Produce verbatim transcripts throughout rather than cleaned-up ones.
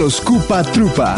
los Koopa Troopa.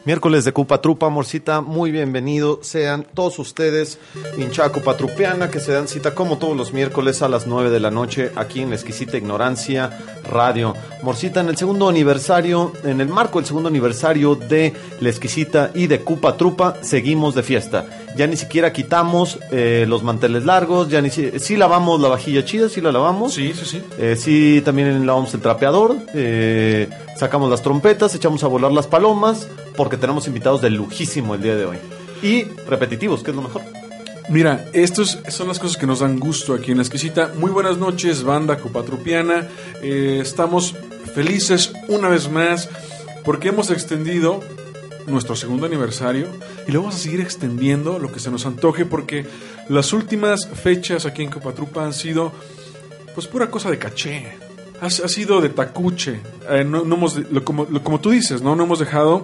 Miércoles de Cupa Trupa, amorcita, muy bienvenido. Sean todos ustedes, hinchada cupatrupiana, que se dan cita como todos los miércoles a las nueve de la noche aquí en La Exquisita Ignorancia Radio. Morcita, en el segundo aniversario, en el marco del segundo aniversario de La Exquisita y de Cupa Trupa, seguimos de fiesta. Ya ni siquiera quitamos eh, los manteles largos, ya ni si, sí lavamos la vajilla chida, sí la lavamos. Sí, sí, sí. Eh, sí, también lavamos el trapeador, eh, sacamos las trompetas, echamos a volar las palomas, porque tenemos invitados de lujísimo el día de hoy. Y repetitivos, que es lo mejor. Mira, estas son las cosas que nos dan gusto aquí en La Exquisita. Muy buenas noches, banda cupatrupiana. Eh, estamos felices una vez más porque hemos extendido nuestro segundo aniversario y lo vamos a seguir extendiendo lo que se nos antoje, porque las últimas fechas aquí en Cupatrupa han sido pues pura cosa de caché. Ha, ha sido de tacuche. Eh, no, no hemos, lo, como, lo, como tú dices, ¿no? No hemos dejado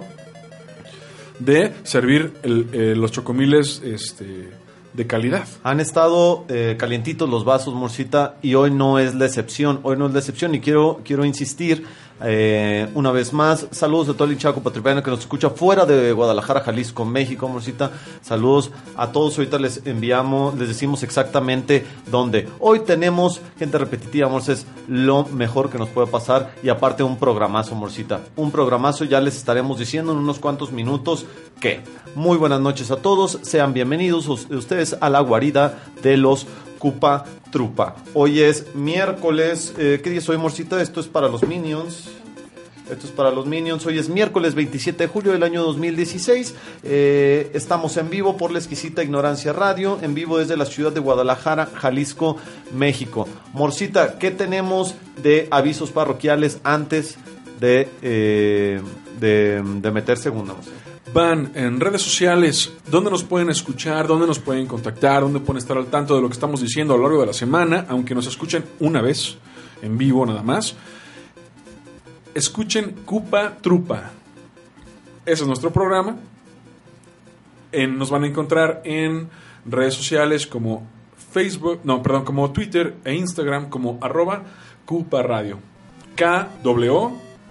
de servir el, eh, los chocomiles este, de calidad. Han estado eh, calientitos los vasos, Morcita, y hoy no es la excepción. Hoy no es la excepción y quiero, quiero insistir eh, una vez más. Saludos a todo el hinchada cupatrupiana que nos escucha fuera de Guadalajara, Jalisco, México, Morcita. Saludos a todos. Ahorita les enviamos, les decimos exactamente dónde. Hoy tenemos gente repetitiva, Morcita, es lo mejor que nos puede pasar, y aparte un programazo, Morcita. Un programazo, ya les estaremos diciendo en unos cuantos minutos que. Muy buenas noches a todos, sean bienvenidos ustedes a la guarida de los Cupa Trupa. Hoy es miércoles, eh, ¿qué día es hoy, Morcita? Esto es para los Minions. Esto es para los Minions. Hoy es miércoles veintisiete de julio del año dos mil dieciséis. Eh, estamos en vivo por La Exquisita Ignorancia Radio, en vivo desde la ciudad de Guadalajara, Jalisco, México. Morcita, ¿qué tenemos de avisos parroquiales antes de, eh, de, de meter segunda? Van en redes sociales, donde nos pueden escuchar, donde nos pueden contactar, donde pueden estar al tanto de lo que estamos diciendo a lo largo de la semana, aunque nos escuchen una vez, en vivo nada más. Escuchen Cupa Trupa. Ese es nuestro programa. En, nos van a encontrar en redes sociales como Facebook, no, perdón, como Twitter e Instagram como arroba Cupa Radio. K W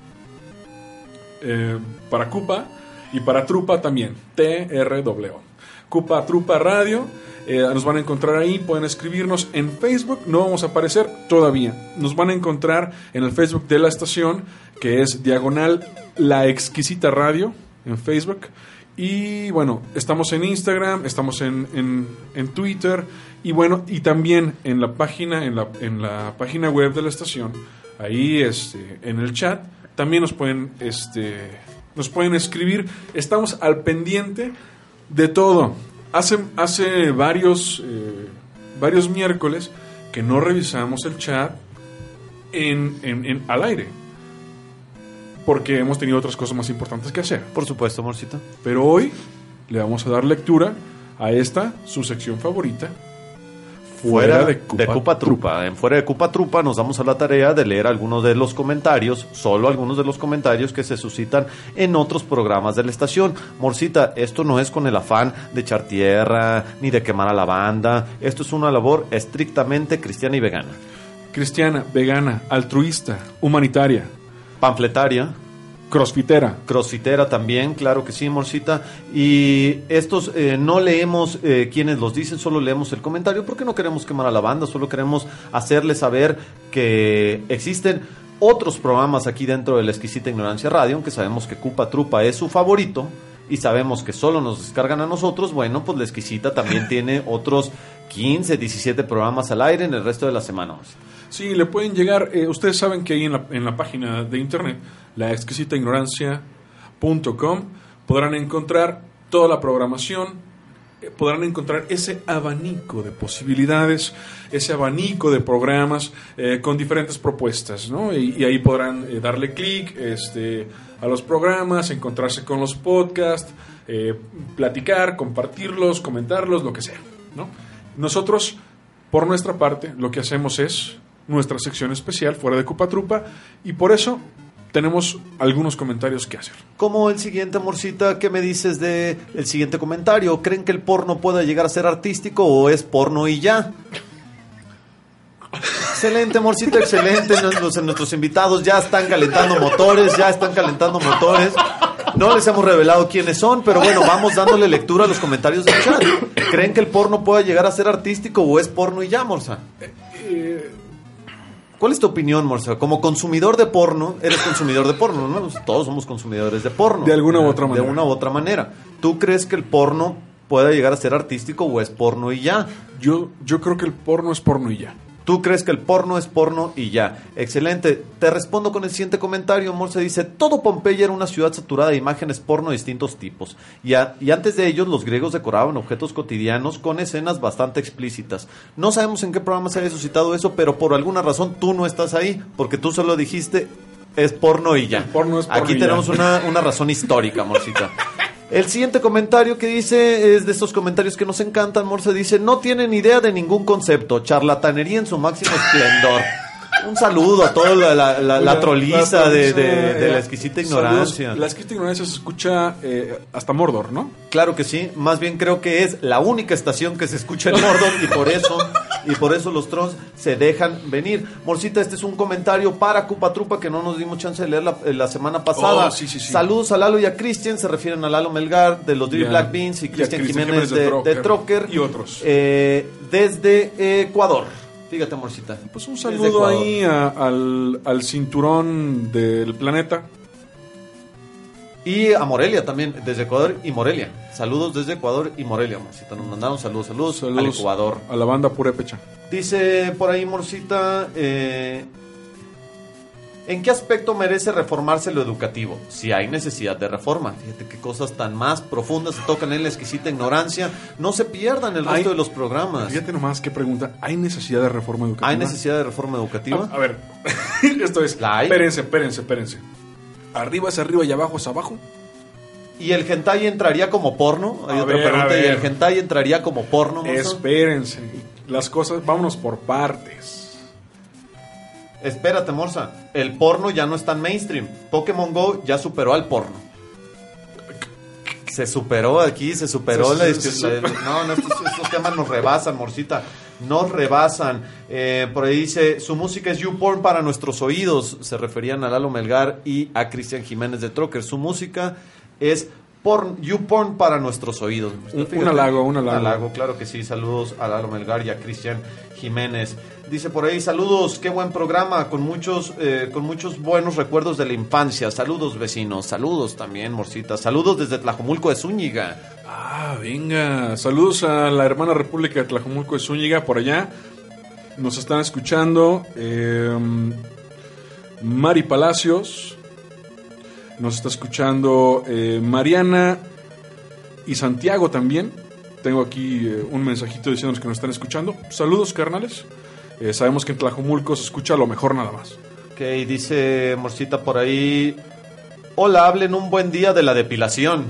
eh, para Cupa. Y para Trupa también, T R W. Cupa Trupa Radio, eh, nos van a encontrar ahí, pueden escribirnos en Facebook, no vamos a aparecer todavía. Nos van a encontrar en el Facebook de la estación, que es diagonal La Exquisita Radio, en Facebook. Y bueno, estamos en Instagram, estamos en, en, en Twitter, y bueno, y también en la página, en la, en la página web de la estación, ahí este, en el chat, también nos pueden... este Nos pueden escribir, estamos al pendiente de todo. Hace, hace varios, eh, varios miércoles que no revisamos el chat en, en, en, al aire, porque hemos tenido otras cosas más importantes que hacer. Por supuesto, Morcita. Pero hoy le vamos a dar lectura a esta, su sección favorita, Fuera de Cupa, de Cupa Trupa. Trupa. En Fuera de Cupa Trupa nos damos a la tarea de leer algunos de los comentarios, solo algunos de los comentarios que se suscitan en otros programas de la estación. Morcita, esto no es con el afán de echar tierra ni de quemar a la banda. Esto es una labor estrictamente cristiana y vegana. Cristiana, vegana, altruista, humanitaria, panfletaria, crossfitera. Crossfitera también, claro que sí, Morcita. Y estos eh, no leemos eh, quienes los dicen, solo leemos el comentario porque no queremos quemar a la banda, solo queremos hacerles saber que existen otros programas aquí dentro de La Exquisita Ignorancia Radio, aunque sabemos que Cupa Trupa es su favorito y sabemos que solo nos descargan a nosotros. Bueno, pues La Exquisita también tiene otros quince, diecisiete programas al aire en el resto de la semana. Sí, le pueden llegar, eh, ustedes saben que ahí en la, en la página de internet, la exquisita ignorancia punto com, podrán encontrar toda la programación, eh, podrán encontrar ese abanico de posibilidades, ese abanico de programas eh, con diferentes propuestas, ¿no? Y, y ahí podrán eh, darle clic este, a los programas, encontrarse con los podcasts, eh, platicar, compartirlos, comentarlos, lo que sea, ¿no? Nosotros, por nuestra parte, lo que hacemos es nuestra sección especial Fuera de Cupa Trupa, y por eso tenemos algunos comentarios que hacer. Como el siguiente, Morcita, ¿qué me dices de el siguiente comentario? ¿Creen que el porno pueda llegar a ser artístico o es porno y ya? Excelente, Morcita, excelente. Nuestros, nuestros invitados ya están calentando motores, ya están calentando motores. No les hemos revelado quiénes son, pero bueno, vamos dándole lectura a los comentarios del chat. ¿Creen que el porno pueda llegar a ser artístico o es porno y ya, Morsa? Eh, ¿Cuál es tu opinión, Morsa? Como consumidor de porno, eres consumidor de porno, ¿no? Todos somos consumidores de porno. De alguna u otra manera. De una u otra manera. ¿Tú crees que el porno pueda llegar a ser artístico o es porno y ya? yo, yo creo que el porno es porno y ya. ¿Tú crees que el porno es porno y ya? Excelente. Te respondo con el siguiente comentario. Morse dice, todo Pompeya era una ciudad saturada de imágenes porno de distintos tipos. Y, a, y antes de ellos, los griegos decoraban objetos cotidianos con escenas bastante explícitas. No sabemos en qué programa se haya suscitado eso, pero por alguna razón tú no estás ahí, porque tú solo dijiste, es porno y ya. El porno es porno Aquí y tenemos ya. una, una razón histórica, Morcita. El siguiente comentario que dice es de estos comentarios que nos encantan. Morse dice, no tienen idea de ningún concepto, charlatanería en su máximo esplendor. Un saludo a toda la, la, la, la troliza de, de, de la exquisita ignorancia. Saludos. La exquisita ignorancia se escucha eh, hasta Mordor, ¿no? Claro que sí, más bien creo que es la única estación que se escucha en Mordor y por eso y por eso los trolls se dejan venir. Morcita, este es un comentario para Cupa Trupa que no nos dimos chance de leer la, la semana pasada. Oh, sí, sí, sí. Saludos a Lalo y a Cristian, se refieren a Lalo Melgar de los Dirty Yeah. Black Beans y Cristian Cristian Jiménez, Jiménez de, de de Trocker. Trocker Y otros. eh, desde Ecuador. Fíjate, Morcita. Pues un Desde saludo Ecuador. ahí a- al, al cinturón del planeta. Y a Morelia también, desde Ecuador y Morelia. Saludos desde Ecuador y Morelia, Morcita. Nos mandaron saludos, saludos, al Saludos Ecuador. a la banda Purépecha. Dice por ahí, Morcita, eh, ¿en qué aspecto merece reformarse lo educativo? Si hay necesidad de reforma. Fíjate qué cosas tan más profundas se tocan en la exquisita ignorancia. No se pierdan el resto Hay- de los programas. Fíjate nomás qué pregunta. ¿Hay necesidad de reforma educativa? ¿Hay necesidad de reforma educativa? A, a ver, esto es. ¿La hay? Espérense, espérense, espérense. Arriba es arriba y abajo es abajo. ¿Y el hentai entraría como porno? Hay A otra ver, a pregunta. ¿Y ver. el hentai entraría como porno? mozo? Espérense. Las cosas, vámonos por partes. Espérate, Morsa. El porno ya no es tan mainstream. Pokémon Go ya superó al porno. Se superó aquí, se superó Se- la, se- discu- se- la- No, no, estos, estos temas nos rebasan, Morcita. Nos rebasan. Eh, por ahí dice, su música es YouPorn para nuestros oídos. Se referían a Lalo Melgar y a Cristian Jiménez de Trocker. Su música es porn, YouPorn para nuestros oídos. Un- un halago, un halago. Claro que sí. Saludos a Lalo Melgar y a Cristian Jiménez. Dice por ahí, saludos, qué buen programa, con muchos, eh, con muchos buenos recuerdos de la infancia. Saludos, vecinos. Saludos también, Morcita. Saludos desde Tlajomulco de Zúñiga. Ah, venga. Saludos a la hermana República de Tlajomulco de Zúñiga, por allá. Nos están escuchando. eh, Mari Palacios. Nos está escuchando eh, Mariana y Santiago también. Tengo aquí eh, un mensajito diciéndonos que nos están escuchando. Saludos, carnales. Eh, sabemos que en Tlajomulco se escucha lo mejor nada más. Ok, dice Morcita por ahí, hola, hablen un buen día de la depilación.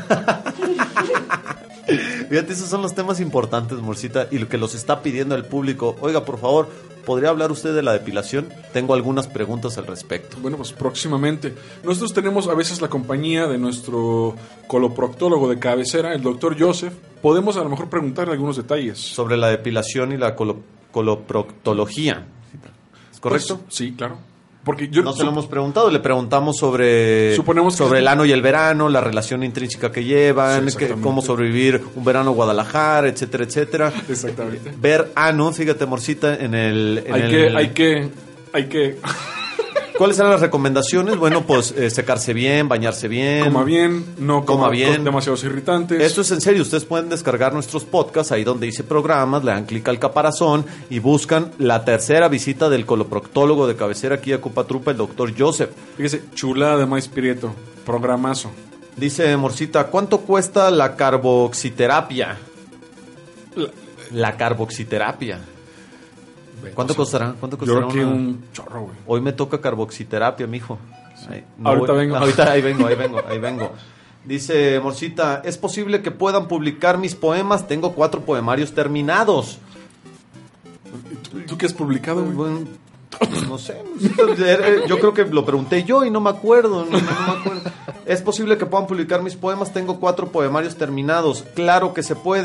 Fíjate, esos son los temas importantes, Morcita, y lo que los está pidiendo el público. Oiga, por favor, ¿podría hablar usted de la depilación? Tengo algunas preguntas al respecto. Bueno, pues próximamente. Nosotros tenemos a veces la compañía de nuestro coloproctólogo de cabecera, el doctor Joseph. Podemos a lo mejor preguntarle algunos detalles. Sobre la depilación y la colo- coloproctología. ¿Es correcto? Pues, sí, claro. Porque yo No se lo hemos preguntado, le preguntamos sobre, Suponemos que sobre sí. el ano y el verano, la relación intrínseca que llevan, Sí, que- exactamente. cómo sobrevivir un verano en Guadalajara, etcétera, etcétera. Exactamente. Ver ano, fíjate, Morcita, en el... en Hay el- que, hay que, hay que ¿Cuáles eran las recomendaciones? Bueno, pues eh, secarse bien, bañarse bien. coma bien, no Coma coma bien. con demasiados irritantes. Esto es en serio, ustedes pueden descargar nuestros podcasts ahí donde dice programas, le dan clic al caparazón y buscan la tercera visita del coloproctólogo de cabecera aquí a Cupatrupa, el doctor Joseph. Fíjese, chulada de maíz prieto, programazo. Dice Morcita, ¿cuánto cuesta la carboxiterapia? La- La carboxiterapia. ¿Cuánto costará? ¿Cuánto Yo costará? creo que una- un chorro, güey. Hoy me toca carboxiterapia, mijo. Ay, Ahorita vengo. Ahorita ahí vengo, ahí vengo, ahí vengo. Dice Morcita, ¿es posible que puedan publicar mis poemas? Tengo cuatro poemarios terminados. ¿Tú, tú qué has publicado, güey? Bueno, no sé, yo creo que lo pregunté yo y no me acuerdo, no, no me acuerdo. ¿Es posible que puedan publicar mis poemas? Tengo cuatro poemarios terminados. Claro que se puede.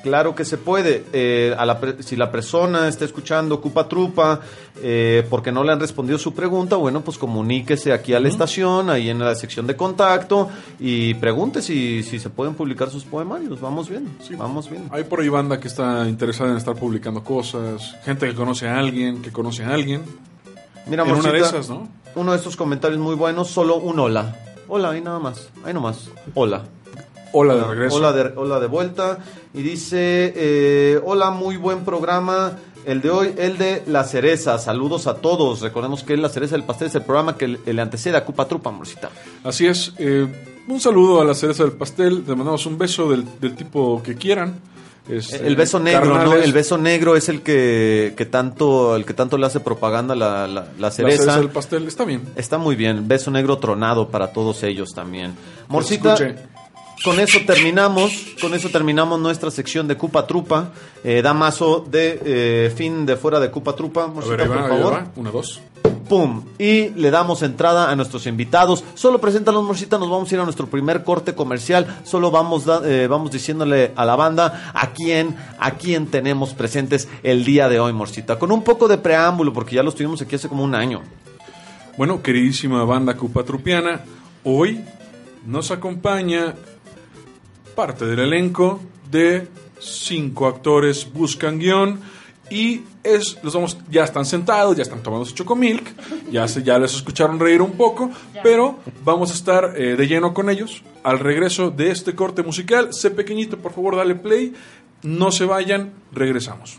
Claro que se puede. Eh, a la pre- si la persona está escuchando Cupa Trupa eh, porque no le han respondido su pregunta, bueno, pues comuníquese aquí a la uh-huh. estación, ahí en la sección de contacto, y pregunte si, si se pueden publicar sus poemarios. Vamos bien, sí. vamos bien. Hay por ahí banda que está interesada en estar publicando cosas, gente que conoce a alguien, que conoce a alguien. Mira, en Morcita, una de esas, ¿no? Uno de estos comentarios muy buenos, solo un hola. Hola, ahí nada más, ahí nomás, hola. Hola de regreso. Hola de, hola de vuelta. Y dice, eh, hola, muy buen programa. El de hoy, el de La Cereza. Saludos a todos. Recordemos que La Cereza del Pastel es el programa que le antecede a Cupa Trupa, Morcita. Así es. Eh, un saludo a La Cereza del Pastel. Te mandamos un beso del, del tipo que quieran. Este, el beso negro, carnales. ¿no? El beso negro es el que, que tanto el que tanto le hace propaganda la, la, la cereza. La cereza del pastel, está bien. Está muy bien. Beso negro tronado para todos ellos también. Morcita, con eso terminamos, con eso terminamos nuestra sección de Cupa Trupa. Eh, Damaso de eh, fin de fuera de Cupa Trupa. Morcita, a ver, por va, favor. Va. Una, dos. ¡Pum! Y le damos entrada a nuestros invitados. Solo preséntanos, Morcita, nos vamos a ir a nuestro primer corte comercial. Solo vamos, da, eh, vamos diciéndole a la banda a quién, a quién tenemos presentes el día de hoy, Morcita. Con un poco de preámbulo, porque ya los tuvimos aquí hace como un año. Bueno, queridísima banda cupatrupiana, hoy nos acompaña parte del elenco de Cinco Actores Buscan Guión. Y es, los vamos, ya están sentados, ya están tomando su chocomilk, ya, se, ya les escucharon reír un poco, pero vamos a estar eh, de lleno con ellos al regreso de este corte musical. Sé pequeñito, por favor, dale play, no se vayan, regresamos.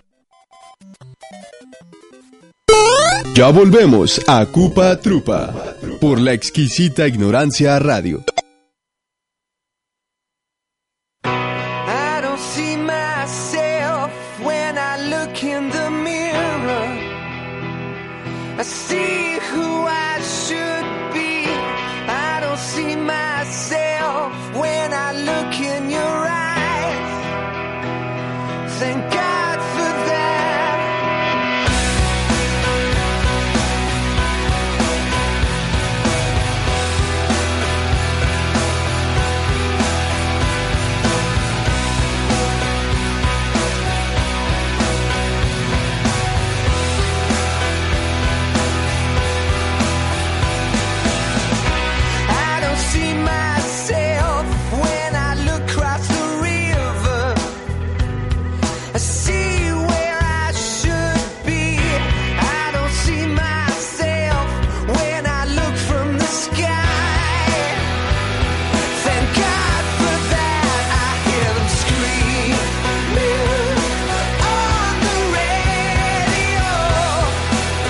Ya volvemos a Cupa Trupa por la exquisita ignorancia radio. I see who I should be. I don't see myself when I look in your eyes. Thank God for that.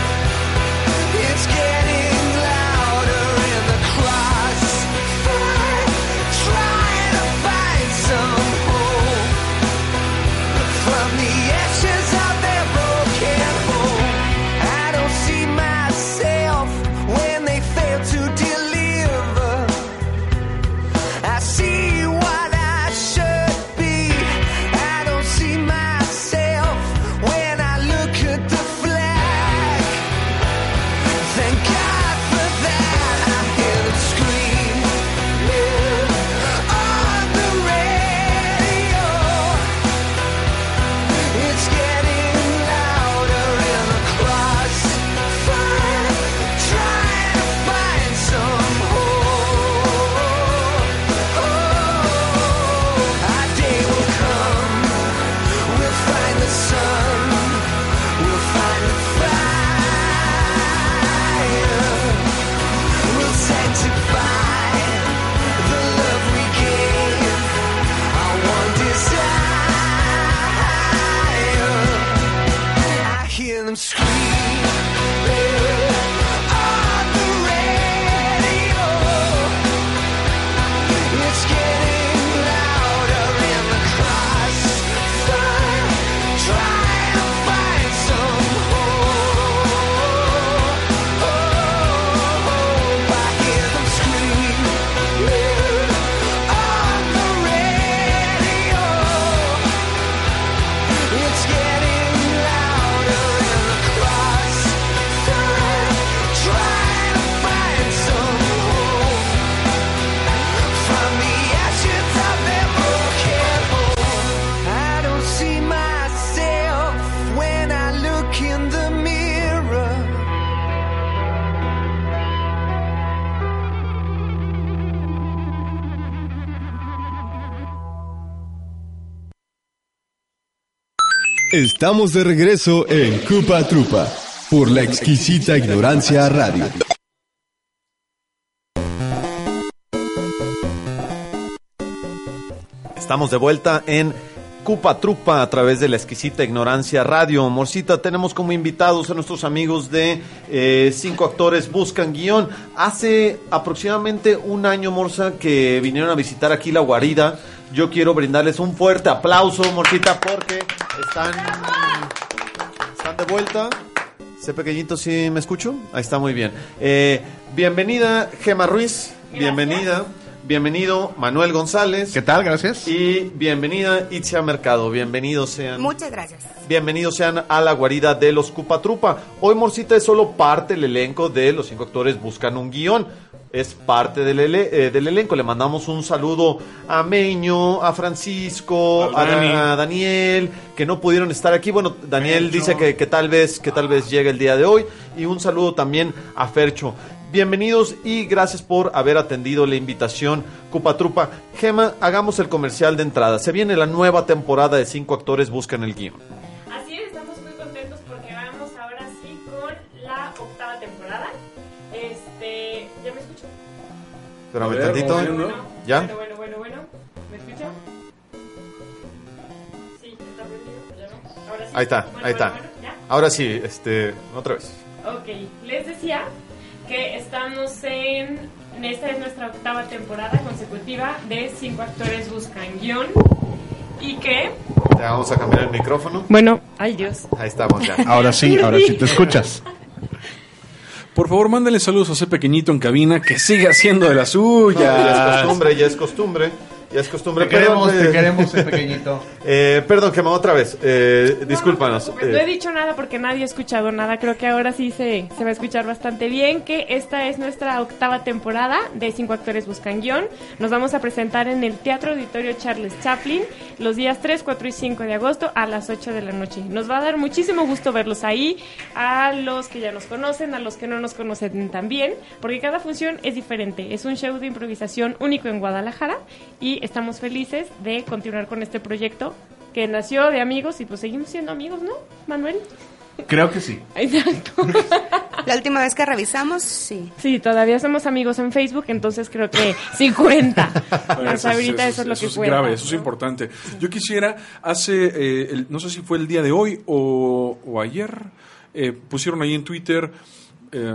Fire. Estamos de regreso en Cupa Trupa por la exquisita ignorancia radio. Estamos de vuelta en Cupa Trupa a través de la exquisita ignorancia radio. Morcita, tenemos como invitados a nuestros amigos de eh, Cinco Actores Buscan Guión. Hace aproximadamente un año, Morsa, que vinieron a visitar aquí la guarida. Yo quiero brindarles un fuerte aplauso, Morcita, porque están, están de vuelta. ¿Sé pequeñito si me escucho? Ahí está, muy bien. Eh, bienvenida, Gema Ruiz. Gracias. Bienvenida. Bienvenido Manuel González. ¿Qué tal? Gracias. Y bienvenida Itzia Mercado. Bienvenidos sean. Muchas gracias. Bienvenidos sean a la guarida de los Cupa Trupa. Hoy Morcita es solo parte del elenco de Los Cinco Actores Buscan un Guión. Es parte del, ele eh, del elenco. Le mandamos un saludo a Meño, a Francisco, a, Dani. a Daniel, que no pudieron estar aquí. Bueno, Daniel Fercho. dice que, que tal vez que tal vez llegue el día de hoy. Y un saludo también a Fercho. Bienvenidos y gracias por haber atendido la invitación, Cupa Trupa. Gema, hagamos el comercial de entrada. Se viene la nueva temporada de Cinco Actores Buscan el Guión. Así es, estamos muy contentos porque vamos ahora sí con la octava temporada. Este, ¿ya me escucho? Espérame tantito. Bueno, bueno, ¿Ya? Bueno, bueno, bueno, bueno. ¿Me escucha? Sí, está prendido. ¿Ya no? Ahora sí. Ahí está, bueno, ahí bueno, está. Bueno, ¿ya? Ahora sí, este, otra vez. Ok, les decía que estamos en, esta es nuestra octava temporada consecutiva de Cinco Actores Buscan Guión y que... Le vamos a cambiar el micrófono. Bueno, ay Dios. Ahí estamos ya. Ahora sí, ahora sí te escuchas. Por favor, mándale saludos a ese pequeñito en cabina que sigue haciendo de la No, suya. ya es costumbre, ya es costumbre. Ya es costumbre. Te queremos, perdón, te eh, queremos, ese pequeñito. Eh, perdón, Gema, otra vez. Eh, discúlpanos. No, no, no, no he dicho nada porque nadie ha escuchado nada. Creo que ahora sí se, se va a escuchar bastante bien. Que esta es nuestra octava temporada de Cinco Actores Buscan Guión. Nos vamos a presentar en el Teatro Auditorio Charles Chaplin los días tres, cuatro y cinco de agosto a las ocho de la noche. Nos va a dar muchísimo gusto verlos ahí. A los que ya nos conocen, a los que no nos conocen también. Porque cada función es diferente. Es un show de improvisación único en Guadalajara. Y estamos felices de continuar con este proyecto que nació de amigos y pues seguimos siendo amigos, ¿no, Manuel? Creo que sí. Exacto. La última vez que revisamos, sí. Sí, todavía somos amigos en Facebook, entonces creo que sí cuenta. Bueno, Hasta ahorita eso, eso es lo eso que es cuenta. grave, eso es importante. Yo quisiera, hace, eh, el, no sé si fue el día de hoy o, o ayer, eh, pusieron ahí en Twitter... Eh,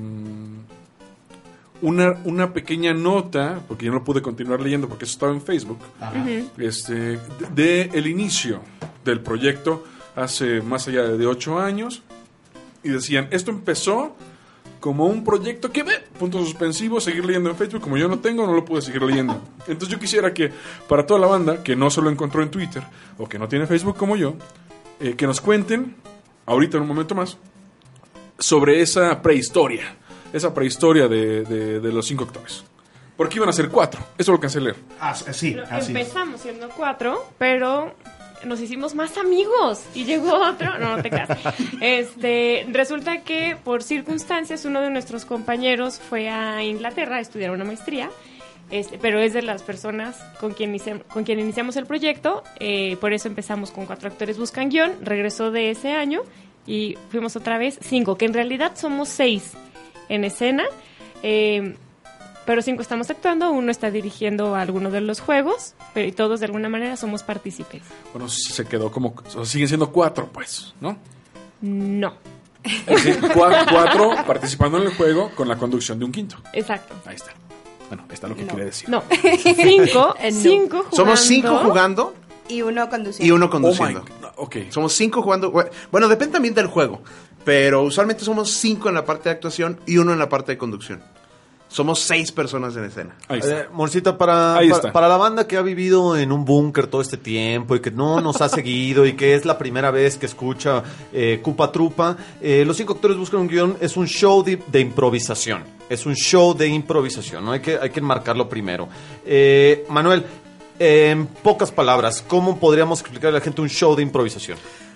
Una, una pequeña nota, porque yo no pude continuar leyendo porque eso estaba en Facebook, uh-huh. este, de, de el inicio del proyecto hace más allá de ocho años, y decían, esto empezó como un proyecto que, ve, puntos suspensivos, seguir leyendo en Facebook, como yo no tengo, no lo pude seguir leyendo. Entonces yo quisiera que, para toda la banda, que no se lo encontró en Twitter, o que no tiene Facebook como yo, eh, que nos cuenten, ahorita en un momento más, sobre esa prehistoria. Esa prehistoria de, de, de los cinco actores. Porque iban a ser cuatro. Eso lo cansé leer. Ah, sí, así Empezamos es. siendo cuatro, pero nos hicimos más amigos. Y llegó otro. No, no te creas. Este, resulta que por circunstancias uno de nuestros compañeros fue a Inglaterra a estudiar una maestría. Este, pero es de las personas con quien, inici- con quien iniciamos el proyecto. Eh, por eso empezamos con Cuatro Actores Buscan Guión. Regresó de ese año y fuimos otra vez cinco, que en realidad somos seis en escena, eh, pero cinco estamos actuando, uno está dirigiendo alguno de los juegos, pero y todos de alguna manera somos partícipes. Bueno, se quedó como, o sea, siguen siendo cuatro, pues, ¿no? No. Es decir, cuatro, cuatro participando en el juego con la conducción de un quinto. Exacto. Ahí está. Bueno, está lo que No. quiere decir. No. Cinco, No. cinco jugando. Somos cinco jugando Y uno conduciendo. y uno Oh my conduciendo. God. Ok. Somos cinco jugando. Bueno, depende también del juego. Pero usualmente somos cinco en la parte de actuación y uno en la parte de conducción. Somos seis personas en escena. Ahí está. Eh, Morcita, para, Ahí para, está. para la banda que ha vivido en un búnker todo este tiempo y que no nos ha seguido y que es la primera vez que escucha eh, Cupa Trupa, eh, Los Cinco Actores Buscan un Guión es un show de, de improvisación. Es un show de improvisación, ¿no? Hay que, hay que enmarcarlo primero. Eh, Manuel, eh, en pocas palabras, ¿cómo podríamos explicarle a la gente un show de improvisación?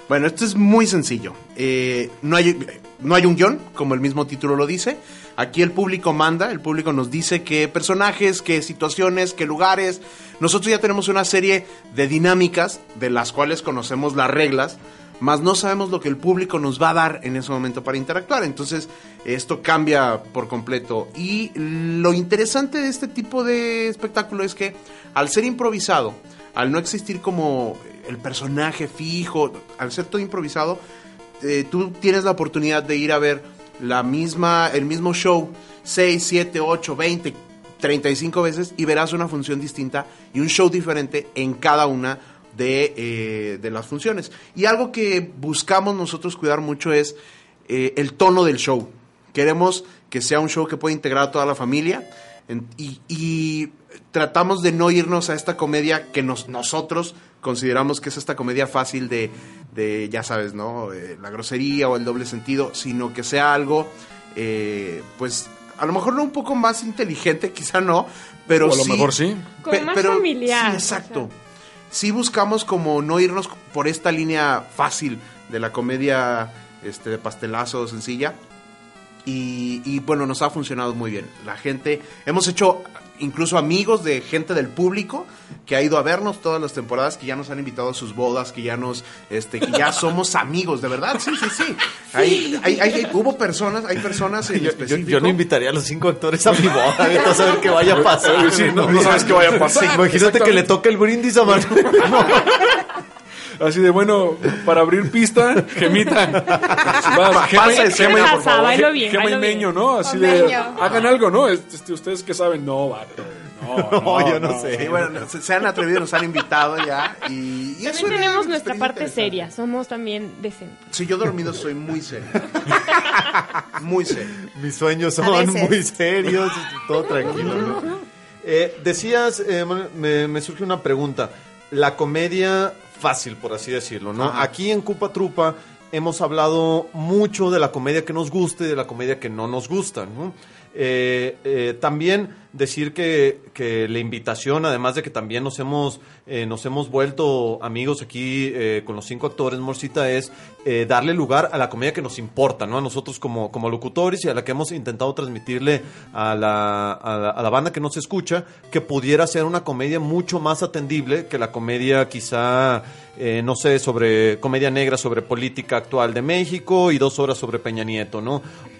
Bueno, esto es muy sencillo. Eh, no hay, no hay un guión, como el mismo título lo dice. Aquí el público manda, el público nos dice qué personajes, qué situaciones, qué lugares. Nosotros ya tenemos una serie de dinámicas de las cuales conocemos las reglas, más no sabemos lo que el público nos va a dar en ese momento para interactuar. Entonces, esto cambia por completo. Y lo interesante de este tipo de espectáculo es que, al ser improvisado, al no existir como el personaje fijo, al ser todo improvisado, eh, tú tienes la oportunidad de ir a ver la misma, el mismo show seis, siete, ocho, veinte, treinta y cinco veces y verás una función distinta y un show diferente en cada una de, eh, de las funciones. Y algo que buscamos nosotros cuidar mucho es eh, el tono del show. Queremos que sea un show que pueda integrar a toda la familia en, y, y tratamos de no irnos a esta comedia que nos, nosotros consideramos que es esta comedia fácil de, de ya sabes, ¿no? Eh, la grosería o el doble sentido, sino que sea algo, eh, pues, a lo mejor no un poco más inteligente, quizá no, pero o a lo sí, mejor sí. Como más familiar. Sí, exacto. O sea. Sí buscamos como no irnos por esta línea fácil de la comedia este, de pastelazo sencilla. Y, y bueno, nos ha funcionado muy bien. La gente, hemos hecho incluso amigos de gente del público que ha ido a vernos todas las temporadas, que ya nos han invitado a sus bodas, que ya nos, este, que ya somos amigos, de verdad, sí, sí, sí. Hay, hay, hay, hay- hubo personas, hay personas en Yo, yo- específico. yo no invitaría a los cinco actores a mi boda, vete a saber qué vaya a pasar. Sí, no, no sabes qué vaya a pasar. Imagínate que le toque el brindis a Manu. Así de, bueno, para abrir pista, Gemita. Va, Gema, pasa el Gema, Gema, por por favor. bailo bien, Gema y bailo bien. Meño, ¿no? Así O de, Meño. hagan algo, ¿no? Este, ustedes que saben, no, vato. No, No, yo no sé. Sí, bueno, se, se han atrevido, nos han invitado ya. Y, y eso También era tenemos una nuestra experiencia parte interesante. seria, somos también decentes. Si yo dormido soy muy serio. Muy serio. Mis sueños A son veces. muy serios, todo tranquilo, ¿no? Eh, decías, eh, Manuel, me, me surge una pregunta. La comedia fácil, por así decirlo, ¿no? Ajá. Aquí en Cupa Trupa hemos hablado mucho de la comedia que nos gusta y de la comedia que no nos gusta, ¿no? Eh, eh, también decir que, que la invitación, además de que también nos hemos eh, nos hemos vuelto amigos aquí eh, con los cinco actores, Morcita, es eh, darle lugar a la comedia que nos importa, ¿no? A nosotros como, como locutores y a la que hemos intentado transmitirle a la, a la, a la banda que nos escucha, que pudiera ser una comedia mucho más atendible que la comedia quizá, eh, no sé, sobre comedia negra, sobre política actual de México y dos horas sobre Peña Nieto, ¿no?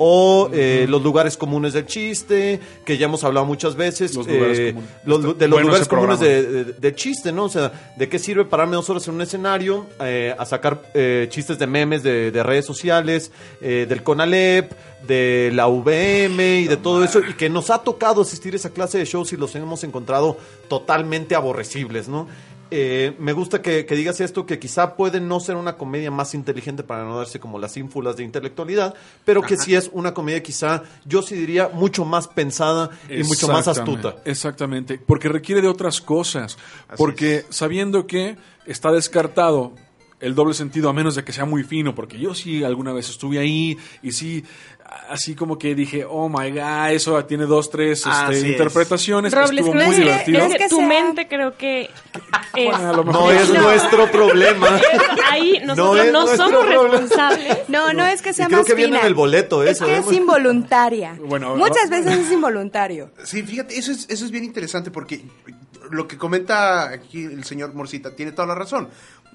O eh, los lugares comunes del chiste, que ya hemos hablado muchas veces, Los lugares eh, comunes. los- Está de los bueno lugares ese comunes programa. de, de, de chiste, ¿no? O sea, ¿de qué sirve pararme dos horas en un escenario eh, a sacar eh, chistes de memes de, de redes sociales, eh, del CONALEP, de la U V M y de todo eso? Y que nos ha tocado asistir a esa clase de shows y los hemos encontrado totalmente aborrecibles, ¿no? Eh, me gusta que, que digas esto, que quizá puede no ser una comedia más inteligente para no darse como las ínfulas de intelectualidad, pero que sí es una comedia quizá, yo sí diría, mucho más pensada y mucho más Exactamente, astuta. Exactamente, porque requiere de otras cosas. Porque sabiendo que está descartado el doble sentido, a menos de que sea muy fino, porque yo sí alguna vez estuve ahí y sí, así como que dije, oh my god, eso tiene dos, tres Así este, es. interpretaciones, Robles, estuvo creo muy que- divertido. es que que tu sea- mente creo que es... Bueno, a lo mejor No es No. nuestro problema. Ahí nosotros es no, nuestro somos problema. responsables. No, no es que sea Y creo más que viene fina. en el boleto Es eso, que ¿eh? es involuntaria. Bueno, Muchas no- veces es involuntario. Sí, fíjate, eso es, eso es bien interesante porque lo que comenta aquí el señor Morcita tiene toda la razón.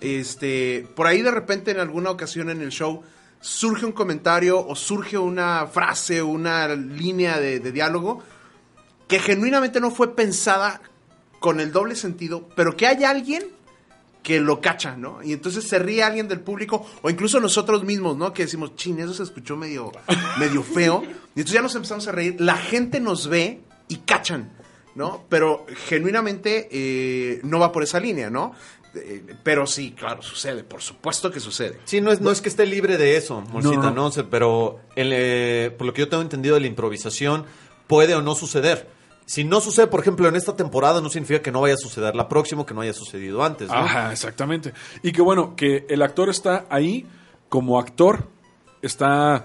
Este, por ahí de repente en alguna ocasión en el show surge un comentario o surge una frase, una línea de, de diálogo que genuinamente no fue pensada con el doble sentido, pero que hay alguien que lo cacha, ¿no? Y entonces se ríe alguien del público, o incluso nosotros mismos, ¿no? Que decimos, chin, eso se escuchó medio, medio feo. Y entonces ya nos empezamos a reír. La gente nos ve y cachan, ¿no? Pero genuinamente eh, no va por esa línea, ¿no? Eh, pero sí, claro, sucede, por supuesto que sucede. Sí, no es, no es que esté libre de eso, Morcita, No, no, no. O sea, pero el, eh, por lo que yo tengo entendido de la improvisación, puede o no suceder. Si no sucede, por ejemplo, en esta temporada, no significa que no vaya a suceder la próxima, que no haya sucedido antes, ¿no? Ajá, exactamente. Y que bueno, que el actor está ahí como actor, está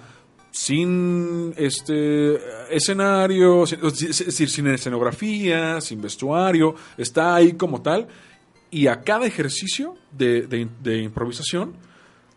sin este escenario, sin- es decir, sin escenografía, sin vestuario, está ahí como tal, y a cada ejercicio de, de- de improvisación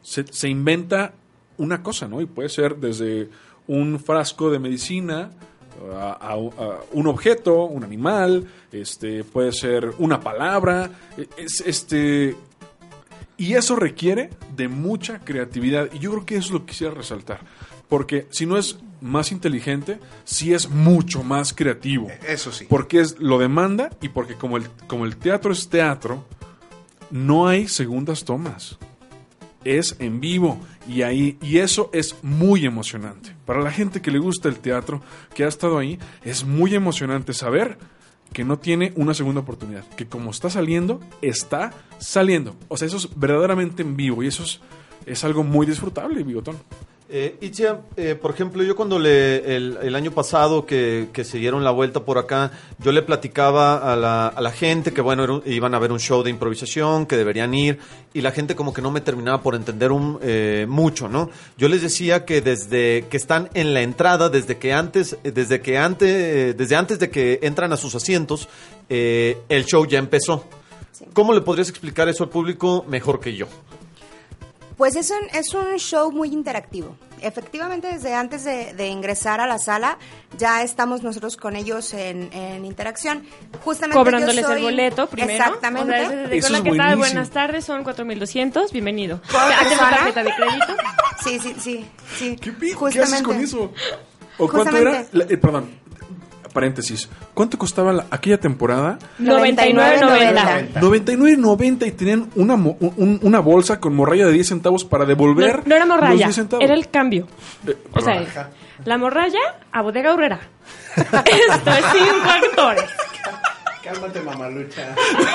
se, se inventa una cosa, ¿no? Y puede ser desde un frasco de medicina a, a, a un objeto, un animal, este, puede ser una palabra, es, este, y eso requiere de mucha creatividad. Y yo creo que eso es lo que quisiera resaltar. Porque si no es más inteligente, sí es mucho más creativo. Eso sí. Porque es, lo demanda y porque como el, como el teatro es teatro, no hay segundas tomas. Es en vivo y ahí y eso es muy emocionante. Para la gente que le gusta el teatro, que ha estado ahí, es muy emocionante saber que no tiene una segunda oportunidad. Que como está saliendo, está saliendo. O sea, eso es verdaderamente en vivo y eso es, es algo muy disfrutable, Bigotón. Eh, Itzia, eh, por ejemplo, yo cuando le, el, el año pasado que, que se dieron la vuelta por acá, yo le platicaba a la, a la gente que bueno, era un- iban a ver un show de improvisación, que deberían ir, y la gente como que no me terminaba por entender un, eh, mucho, ¿no? Yo les decía que desde que están en la entrada, desde que antes, eh, desde que antes, eh, desde antes de que entran a sus asientos, eh, el show ya empezó. Sí. ¿Cómo le podrías explicar eso al público mejor que yo? Pues es un, es un show muy interactivo. Efectivamente, desde antes de, de ingresar a la sala, ya estamos nosotros con ellos en, en interacción. Justamente Cobrándoles yo soy- el boleto primero. Exactamente. O sea, es de- Eso hola, es ¿qué tal? buenísimo. Buenas tardes, son cuatro mil doscientos, bienvenido. ¿Por Aquí está persona? la tarjeta de crédito. Sí, sí, sí, sí. ¿Qué, pi- ¿Qué Justamente. haces con eso? ¿O cuánto era? Justamente. La- eh, perdón, paréntesis. ¿Cuánto costaba la- aquella temporada? noventa y nueve noventa. noventa y nueve noventa y tenían una, mo- un- una bolsa con morralla de diez centavos para devolver No, no era los morralla, diez centavos. era el cambio. Eh, O sea, ajá. la morralla a bodega Aurrera. Esto es cinco actores. Cálmate, mamalucha.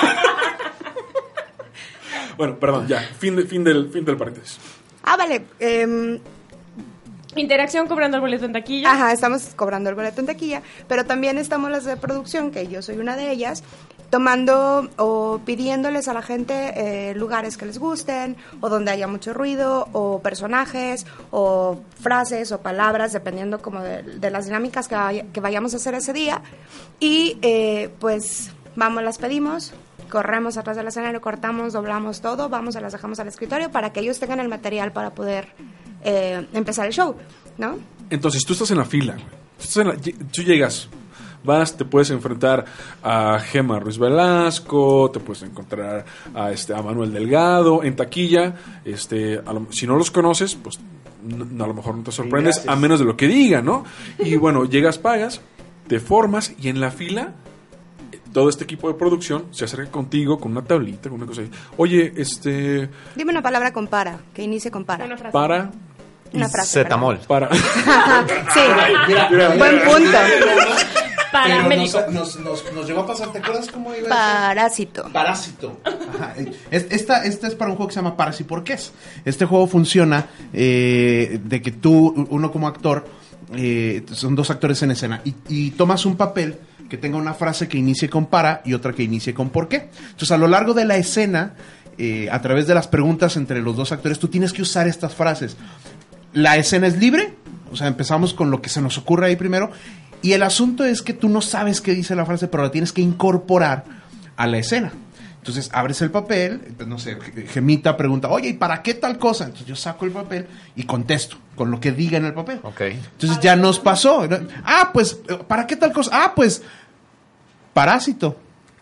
Bueno, perdón, ya. Fin, de- fin, del, fin del paréntesis. Ah, vale. em, Interacción cobrando el boleto en taquilla. Ajá, estamos cobrando el boleto en taquilla, pero también estamos las de producción, que yo soy una de ellas, tomando o pidiéndoles a la gente eh, lugares que les gusten, o donde haya mucho ruido, o personajes, o frases, o palabras, dependiendo como de, de las dinámicas que, vaya- que vayamos a hacer ese día. Y eh, pues vamos, las pedimos, corremos atrás del escenario, cortamos, doblamos todo, vamos, se las dejamos al escritorio para que ellos tengan el material para poder eh, empezar el show, ¿no? Entonces, tú estás en la fila, güey. Tú, estás en la- ll- tú llegas, vas, te puedes enfrentar a Gema Ruiz Velasco, te puedes encontrar a, este, a Manuel Delgado en taquilla. Este, a lo- si no los conoces, pues n- a lo mejor no te sorprendes, gracias. a menos de lo que digan, ¿no? Y bueno, llegas, pagas, te formas y en la fila eh, todo este equipo de producción se acerca contigo con una tablita, con una cosa ahí. Oye, este, Dime una palabra con para, que inicie con para. Una frase. para, Una frase. Cetamol. para. Sí, Mira, mira, buen mira, punto. Para Pero médico. nos, nos, nos, nos llegó a pasar, ¿te acuerdas cómo iba eso? Parásito. Parásito. Ajá. Es- Esta, esta es para un juego que se llama Paras y por qué es. Este juego funciona eh, de que tú, uno como actor, eh, son dos actores en escena, y, y tomas un papel que tenga una frase que inicie con para y otra que inicie con por qué. Entonces, a lo largo de la escena, eh, a través de las preguntas entre los dos actores, tú tienes que usar estas frases. La escena es libre, o sea, empezamos con lo que se nos ocurre ahí primero, y el asunto es que tú no sabes qué dice la frase, pero la tienes que incorporar a la escena. Entonces abres el papel, pues, no sé, Gemita pregunta, oye, ¿y para qué tal cosa? Entonces yo saco el papel y contesto con lo que diga en el papel. Ok. Entonces ya nos pasó. ¿no? Ah, pues, ¿para qué tal cosa? Ah, pues, parásito.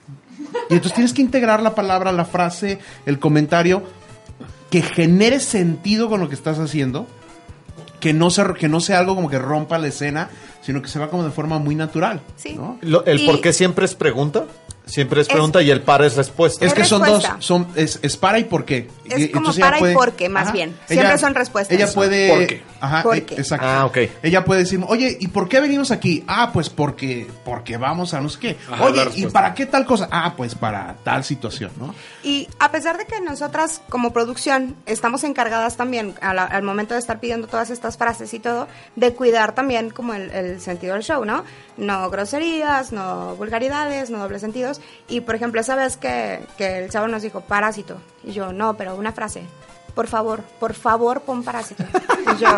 Y entonces tienes que integrar la palabra, la frase, el comentario, que genere sentido con lo que estás haciendo, que no sea, que no sea algo como que rompa la escena, sino que se va como de forma muy natural. Sí. ¿no? Lo- ¿El Y- por qué siempre es pregunta? Siempre es Es- pregunta y el para es respuesta. Es Es que son respuesta. dos, son, es, es para y por qué. Es Y- como entonces ella para y por qué, más bien. Siempre son respuestas. Ella puede... ¿Por qué? Ajá, ¿Por eh, qué? exacto. Ah, ok. Ella puede decir, oye, ¿y por qué venimos aquí? Ah, pues porque, porque vamos a no sé qué. Ajá, Oye, la ¿y respuesta. para qué tal cosa? Ah, pues para tal situación, ¿no? Y a pesar de que nosotras como producción estamos encargadas también a la- al momento de estar pidiendo todas estas frases y todo, de cuidar también como el, el sentido del show, ¿no? No groserías, no vulgaridades, no dobles sentidos. Y por ejemplo, esa vez que, que el chavo nos dijo parásito, y yo, no, pero una frase. por favor, por favor, pon Parásito. Y yo,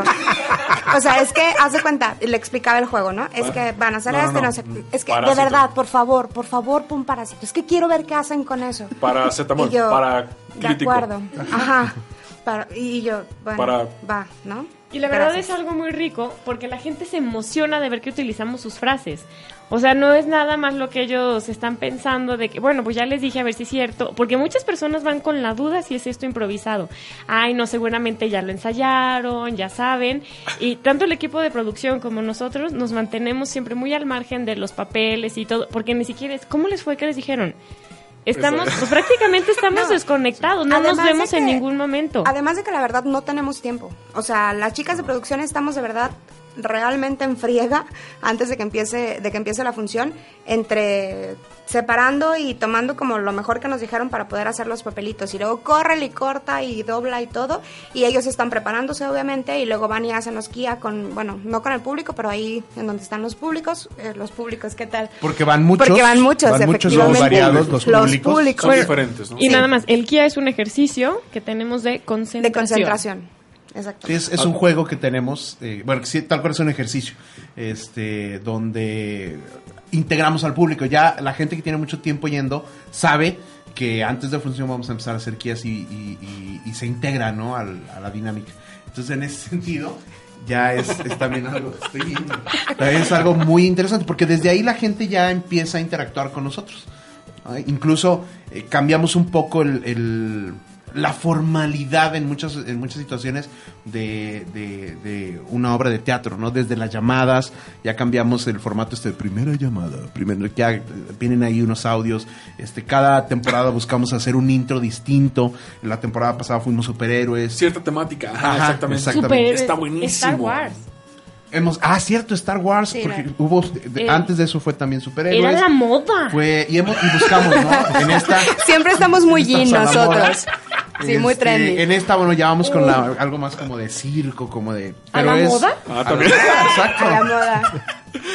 o sea, es que, haz de cuenta, le explicaba el juego, ¿no? Es que van a hacer No, no, este, no, no. sé. Es que, Parásito. de verdad, por favor, por favor, pon Parásito. Es que quiero ver qué hacen con eso. Paracetamol, Y yo, para de crítico. acuerdo. Ajá. Para, y yo, bueno, Para- va, ¿no? Y la verdad Gracias. es algo muy rico porque la gente se emociona de ver que utilizamos sus frases. O sea, no es nada más lo que ellos están pensando de que, bueno, pues ya les dije a ver si es cierto. Porque muchas personas van con la duda si es esto improvisado. Ay, no, seguramente ya lo ensayaron, ya saben. Y tanto el equipo de producción como nosotros nos mantenemos siempre muy al margen de los papeles y todo. Porque ni siquiera es, ¿cómo les fue que les dijeron? Estamos, Eso. pues prácticamente estamos No. desconectados, no Además nos de vemos en que- ningún momento. Además de que la verdad no tenemos tiempo. O sea, las chicas de producción estamos de verdad realmente en friega antes de que empiece de que empiece la función, entre separando y tomando como lo mejor que nos dijeron para poder hacer los papelitos, y luego corre y corta y dobla y todo, y ellos están preparándose obviamente, y luego van y hacen los guía con, bueno, no con el público, pero ahí en donde están los públicos, eh, los públicos, ¿qué tal? Porque van muchos. Porque van muchos, van muchos efectivamente. variados los Los públicos. públicos. Son Bueno, diferentes, ¿no? Y Sí. nada más, el Kia es un ejercicio que tenemos de concentración. De concentración. Exacto. Sí, es, es un juego que tenemos, eh, bueno, que sí, tal cual es un ejercicio, este, donde integramos al público. Ya la gente que tiene mucho tiempo yendo sabe que antes de función vamos a empezar a hacer guías y, y- y- y se integra, ¿no? al- a la dinámica. Entonces, en ese sentido, ya es, es también algo, estoy viendo, también es algo muy interesante, porque desde ahí la gente ya empieza a interactuar con nosotros. ¿no? Incluso eh, cambiamos un poco el, el- la formalidad en muchas en muchas situaciones de, de- de una obra de teatro, ¿no? Desde las llamadas, ya cambiamos el formato este de primera llamada, primero, ya eh, vienen ahí unos audios, este cada temporada buscamos hacer un intro distinto. En la temporada pasada fuimos superhéroes. Cierta temática. Ajá, Ajá, exactamente. exactamente. Superhéroes, Está buenísimo. Star Wars. Hemos, ah, cierto, Star Wars, Sí, porque claro. hubo de- Eh, antes de eso fue también superhéroes. Era la moda. Fue y hemos y buscamos, ¿no? En esta Siempre estamos muy Estamos yin a la moda. nosotros. Sí, muy Este, trendy. En esta, bueno, ya vamos con la, algo más como de circo, como de... ¿A la moda? Ah, también. Exacto. A la moda.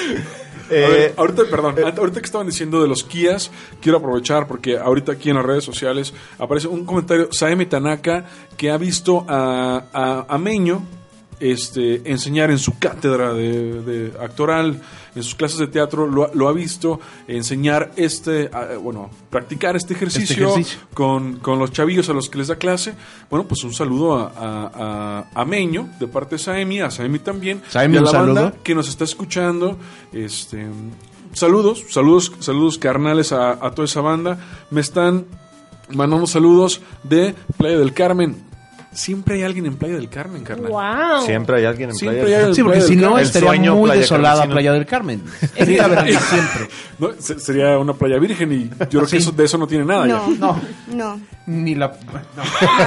A ver, Eh, ahorita, perdón, ahorita que estaban diciendo de los Kias, quiero aprovechar porque ahorita aquí en las redes sociales aparece un comentario, Saemi Tanaka, que ha visto a, a, a Meño este, enseñar en su cátedra de, de actoral, en sus clases de teatro, lo, ha- lo ha visto enseñar este, a- bueno, practicar este ejercicio, ejercicio. Con, con los chavillos a los que les da clase. Bueno, pues un saludo a, a, a, a Meño de parte de Saemi, a Saemi también, Saemi, y a un la banda saludo. que nos está escuchando. Este, saludos, saludos, saludos carnales a, a toda esa banda. Me están mandando saludos de Playa del Carmen. Siempre hay alguien en Playa del Carmen, carnal. Wow. Siempre hay alguien en Siempre Playa hay del Sí, porque Playa si del no Carmen. El estaría sueño muy Playa desolada Carmen, Playa del Carmen. Ir a verla siempre. No, se- sería una playa virgen y yo creo que Sí. eso, de eso no tiene nada No, ya. No. no. Ni la... no.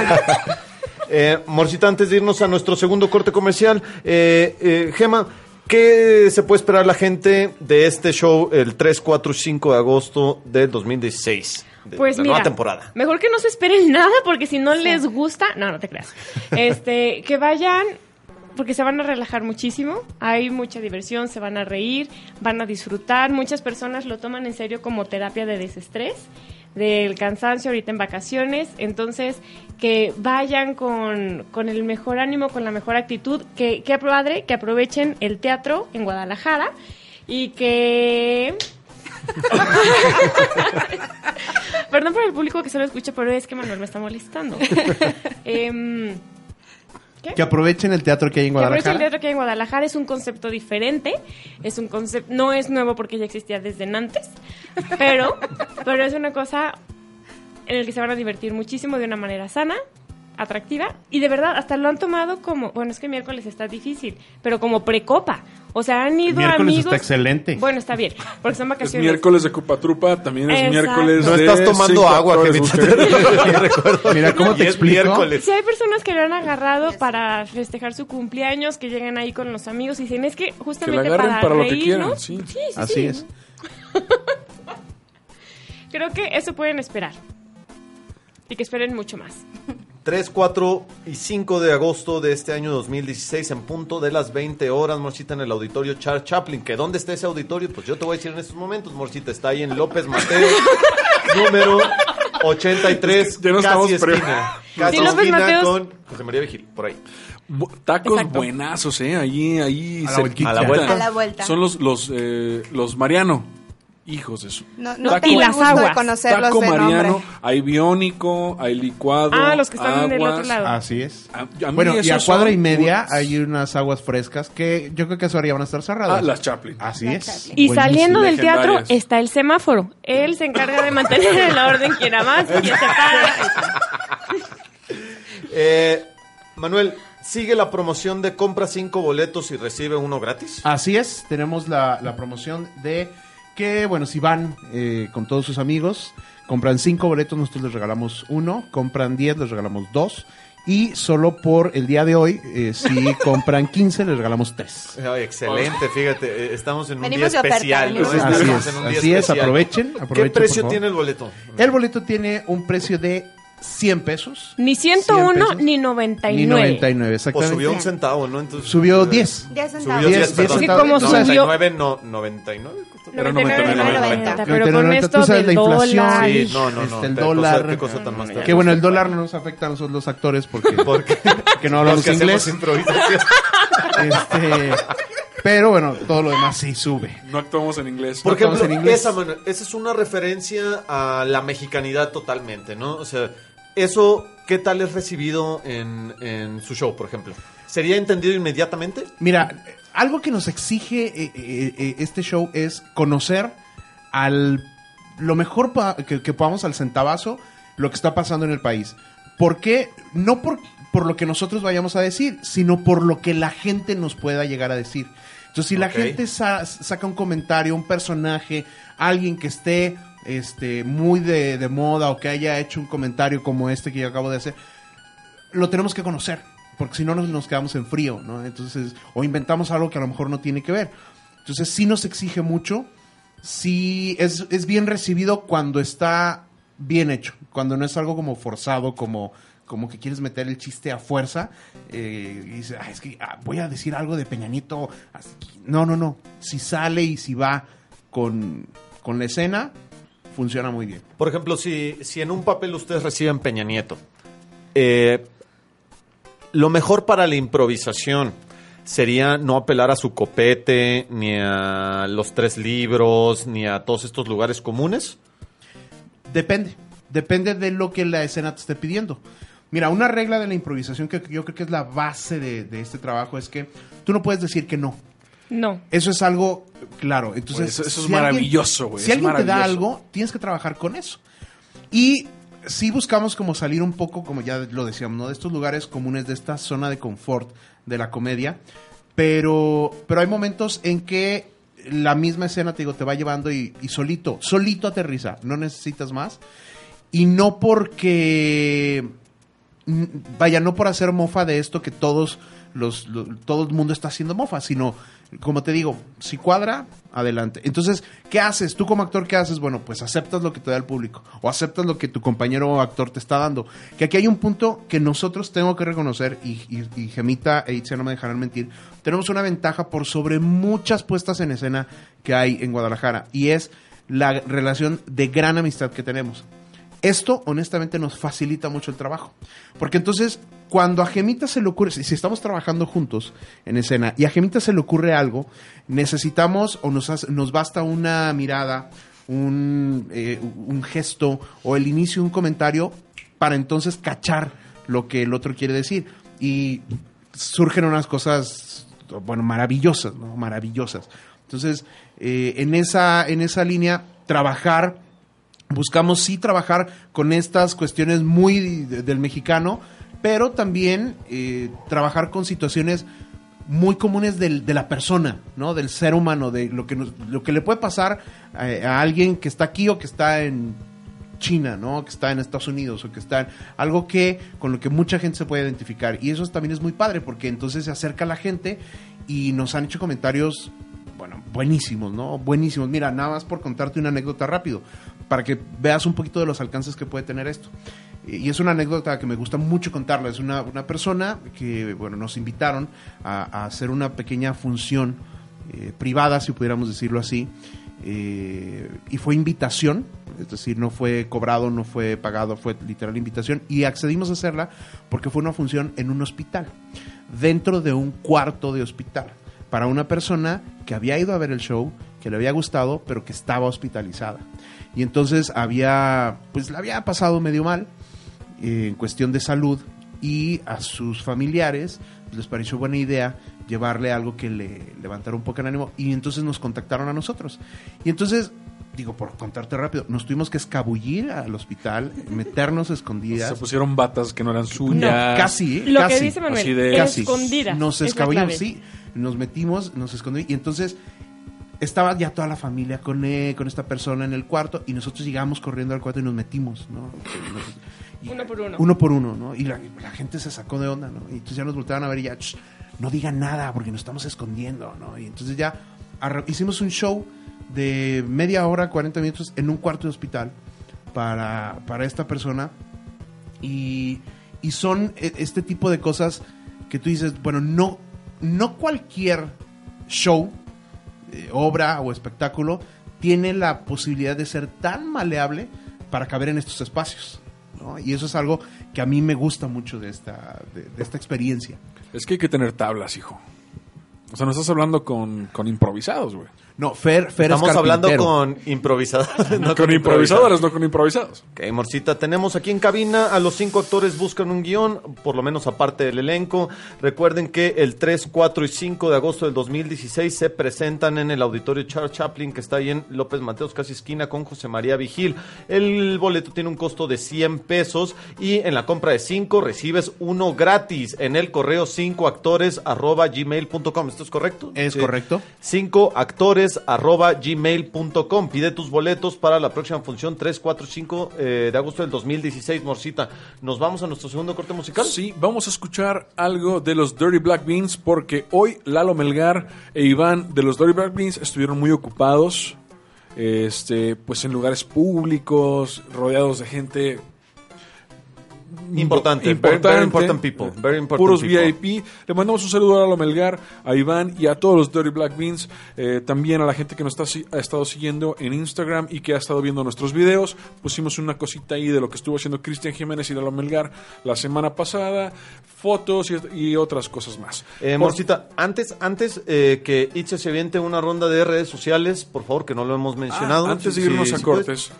Eh, Morcita, antes de irnos a nuestro segundo corte comercial, eh, eh, Gema, ¿qué se puede esperar la gente de este show el tres, cuatro y cinco de agosto del dos mil dieciséis? De Pues la mira, nueva temporada. mejor que no se esperen nada porque si no les gusta, no, no te creas. Este, que vayan porque se van a relajar muchísimo, hay mucha diversión, se van a reír, van a disfrutar, muchas personas lo toman en serio como terapia de desestrés, del cansancio ahorita en vacaciones, entonces que vayan con, con el mejor ánimo, con la mejor actitud, que, que padre, que aprovechen el teatro en Guadalajara y que... Perdón por el público que solo escucha, pero es que Manuel me está molestando. Em, ¿Qué? Que aprovechen el teatro que hay en Que aprovechen el Guadalajara. teatro que hay en Guadalajara, es un concepto diferente, es un concepto, no es nuevo porque ya existía desde antes, pero, pero es una cosa en el que se van a divertir muchísimo de una manera sana, atractiva, y de verdad, hasta lo han tomado como, bueno, es que miércoles está difícil, pero como precopa, o sea, han ido Miércoles amigos... está excelente. Bueno, está bien, porque son Es vacaciones. miércoles de Cupatrupa, también es Exacto. miércoles No de estás tomando cinco agua, actores, Gemita. busca- Recuerdo. Mira, ¿cómo te Y es explico? miércoles. Si hay personas que lo han agarrado para festejar su cumpleaños, que llegan ahí con los amigos y dicen, es que justamente Que la agarren para, para lo que reírnos, quieran, sí. sí, sí, Así sí. es. Creo que eso pueden esperar. Y que esperen mucho más. tres, cuatro y cinco de agosto de este año dos mil dieciséis en punto de las veinte horas, Morcita, en el auditorio Charles Chaplin. ¿Que dónde está ese auditorio? Pues yo te voy a decir en estos momentos, Morcita, está ahí en López Mateo, número ochenta y tres, Ya no casi estamos pre- esquina. Casi Sí, López esquina Mateos. con José María Vigil, por ahí. Bu- Tacos Exacto. buenazos, ¿eh? Ahí, ahí. A la cerquita. vueltita. A la vuelta. A la vuelta. Son los, los, eh, los Mariano. Hijos de su. No, no Taco- tengo Y el las gusto de aguas. conocerlos Taco de Mariano, nombre. hay biónico, hay licuado. Ah, los que están del aguas. otro lado. Así es. A- a mí Bueno, y a esos cuadra son y media unos- hay unas aguas frescas que yo creo que a esa hora ya van a estar cerradas. Ah, las Chaplin. Así Las es. Chaplin. Y Buenísimo. saliendo del teatro Legendarias. está el semáforo. Él se encarga de mantener el orden, quien más, quien se para. Eh, Manuel, ¿sigue la promoción de compra cinco boletos y recibe uno gratis? Así es, tenemos la, la promoción de que, bueno, si van eh, con todos sus amigos, compran cinco boletos, nosotros les regalamos uno, compran diez, les regalamos dos, y solo por el día de hoy, eh, si compran quince, les regalamos tres. Ay, excelente, fíjate, eh, estamos en un Venimos día de oferta, especial. ¿no? venimos de Así Estamos es, en un día así es, especial. aprovechen, ¿Qué aprovechen, precio por favor. tiene el boleto? El boleto tiene un precio de cien pesos. Ni cien ciento uno pesos, ni noventa y Ni nueve. noventa y nueve, O exactamente. subió un centavo, ¿no? Entonces, Subió eh, diez. diez Subió centavos. diez, diez perdón. Sí, como No, subió- noventa y nueve, no, noventa y nueve. costó. Era noventa y nueve, noventa y nueve. noventa, pero noventa y con nueve, esto tú sabes del la inflación, dólar. Sí, no, no, Este, no. el qué dólar. Cosa, qué cosa tan más no, terrible. Que bueno, el dólar no nos afecta a nosotros los actores porque, Porque que no hablamos los que inglés. hacemos improvisación. Este, pero bueno, todo lo demás sí sube. No actuamos en inglés. Por No estamos ejemplo, en inglés. esa, Manuel, esa es una referencia a la mexicanidad totalmente, ¿no? O sea, eso, ¿qué tal es recibido en, en su show, por ejemplo? ¿Sería entendido inmediatamente? Mira, algo que nos exige eh, eh, eh, este show es conocer al lo mejor pa- que, que podamos al centavazo lo que está pasando en el país. ¿Por qué? No por, por lo que nosotros vayamos a decir, sino por lo que la gente nos pueda llegar a decir. Entonces, si la Ok. gente sa- saca un comentario, un personaje, alguien que esté este, muy de, de moda o que haya hecho un comentario como este que yo acabo de hacer, lo tenemos que conocer, porque si no nos, nos quedamos en frío, ¿no? Entonces, o inventamos algo que a lo mejor no tiene que ver. Entonces, sí nos exige mucho, sí es, es bien recibido cuando está bien hecho, cuando no es algo como forzado, como, como que quieres meter el chiste a fuerza, eh, y dices, "Ah, es que ah, voy a decir algo de Peña Nieto". Así que- No, no, no. Si sale y si va con, con la escena, funciona muy bien. Por ejemplo, si, si en un papel ustedes reciben Peña Nieto, eh, lo mejor para la improvisación sería no apelar a su copete, ni a los tres libros, ni a todos estos lugares comunes. Depende, depende de lo que la escena te esté pidiendo. Mira, una regla de la improvisación que yo creo que es la base de, de este trabajo es que tú no puedes decir que no. No. Eso es algo claro. Entonces, Pues eso- eso es si alguien- maravilloso, güey, Si es alguien te da maravilloso. algo, tienes que trabajar con eso. Y sí buscamos como salir un poco, como ya lo decíamos, ¿no? De estos lugares comunes, de esta zona de confort de la comedia. Pero, pero hay momentos en que la misma escena, te digo, te va llevando y, y solito, solito aterriza. No necesitas más. Y no porque... mm, Vaya, no por hacer mofa de esto que todos los, lo- todo el mundo está haciendo mofa, sino, como te digo, si cuadra, adelante. Entonces, ¿qué haces? Tú como actor, ¿qué haces? Bueno, pues aceptas lo que te da el público o aceptas lo que tu compañero actor te está dando. Que aquí hay un punto que nosotros tengo que reconocer y, y, y Gemita e Itzia no me dejarán mentir. Tenemos una ventaja por sobre muchas puestas en escena que hay en Guadalajara y es la relación de gran amistad que tenemos. Esto, honestamente, nos facilita mucho el trabajo. Porque entonces, cuando a Gemita se le ocurre, si si estamos trabajando juntos en escena y a Gemita se le ocurre algo, necesitamos o nos, hace- nos basta una mirada, un, eh, un gesto o el inicio de un comentario para entonces cachar lo que el otro quiere decir. Y surgen unas cosas, bueno, maravillosas, ¿no? Maravillosas. Entonces, eh, en esa, en esa línea, trabajar... Buscamos sí trabajar con estas cuestiones muy de- del mexicano, pero también eh, trabajar con situaciones muy comunes del- de la persona, ¿no? Del ser humano, de lo que, nos- lo que le puede pasar a, a alguien que está aquí o que está en China, ¿no? Que está en Estados Unidos o que está en algo que con lo que mucha gente se puede identificar. Y eso también es muy padre porque entonces se acerca a la gente y nos han hecho comentarios, bueno, buenísimos, ¿no? Buenísimos. Mira, nada más por contarte una anécdota rápido, para que veas un poquito de los alcances que puede tener esto. Y es una anécdota que me gusta mucho contarla. Es una, una persona que, bueno, nos invitaron a, a hacer una pequeña función eh, privada, si pudiéramos decirlo así, eh, y fue invitación, es decir, no fue cobrado, no fue pagado, fue literal invitación, y accedimos a hacerla porque fue una función en un hospital, dentro de un cuarto de hospital, para una persona que había ido a ver el show, que le había gustado, pero que estaba hospitalizada. Y entonces había, pues le había pasado medio mal eh, en cuestión de salud, y a sus familiares pues, les pareció buena idea llevarle algo que le levantara un poco el ánimo, y entonces nos contactaron a nosotros. Y entonces, digo, por contarte rápido, nos tuvimos que escabullir al hospital, meternos escondidas. Se pusieron batas que no eran No, suyas. casi, Lo casi. que dice Manuel, Así de- Casi. escondidas. Nos es la escabullimos, clave. sí. Nos metimos, nos escondimos, y entonces estaba ya toda la familia con él, con esta persona en el cuarto, y nosotros llegamos corriendo al cuarto y nos metimos, ¿no? Y- Uno por uno. Uno por uno, ¿no? Y la, la gente se sacó de onda, ¿no? Y entonces ya nos volteaban a ver y ya, "Shh, no digan nada porque nos estamos escondiendo, ¿no?" Y entonces ya arra- hicimos un show de media hora, cuarenta minutos en un cuarto de hospital para, para esta persona. Y, y son e- este tipo de cosas que tú dices, bueno, no, no cualquier show, eh, obra o espectáculo tiene la posibilidad de ser tan maleable para caber en estos espacios, ¿no? Y eso es algo que a mí me gusta mucho de esta, de, de esta experiencia. Es que hay que tener tablas, hijo. O sea, no estás hablando con, con improvisados, güey. No, Fer, Fer Estamos es hablando carpintero. con improvisadores. no con improvisadores, no con improvisados. Ok, Morcita, tenemos aquí en cabina a los cinco actores buscan un guión, por lo menos aparte del elenco. Recuerden que el tres, cuatro y cinco de agosto del dos mil dieciséis se presentan en el auditorio Charles Chaplin, que está ahí en López Mateos, casi esquina con José María Vigil. El boleto tiene un costo de cien pesos y en la compra de cinco recibes uno gratis en el correo cinco actores arroba gmail punto com. ¿Esto es correcto? Es Sí. correcto. cinco actores arroba gmail punto com. Pide tus boletos para la próxima función tres, cuatro y cinco eh, de agosto del dos mil dieciséis. Morcita, ¿nos vamos a nuestro segundo corte musical? Sí, vamos a escuchar algo de los Dirty Black Beans porque hoy Lalo Melgar e Iván de los Dirty Black Beans estuvieron muy ocupados, este, pues en lugares públicos, rodeados de gente Importante, importante, very important people, very important puros people. V I P. Le mandamos un saludo a Lalo Melgar, a Iván y a todos los Dirty Black Beans, eh, también a la gente que nos está, si- ha estado siguiendo en Instagram y que ha estado viendo nuestros videos. Pusimos una cosita ahí de lo que estuvo haciendo Cristian Jiménez y Lalo Melgar la semana pasada, fotos y, y otras cosas más. Eh, Por- Morcita, antes, antes eh, que Itze se aviente una ronda de redes sociales, por favor, que no lo hemos mencionado. Ah, antes de Sí, irnos sí, a sí puedes. cortes.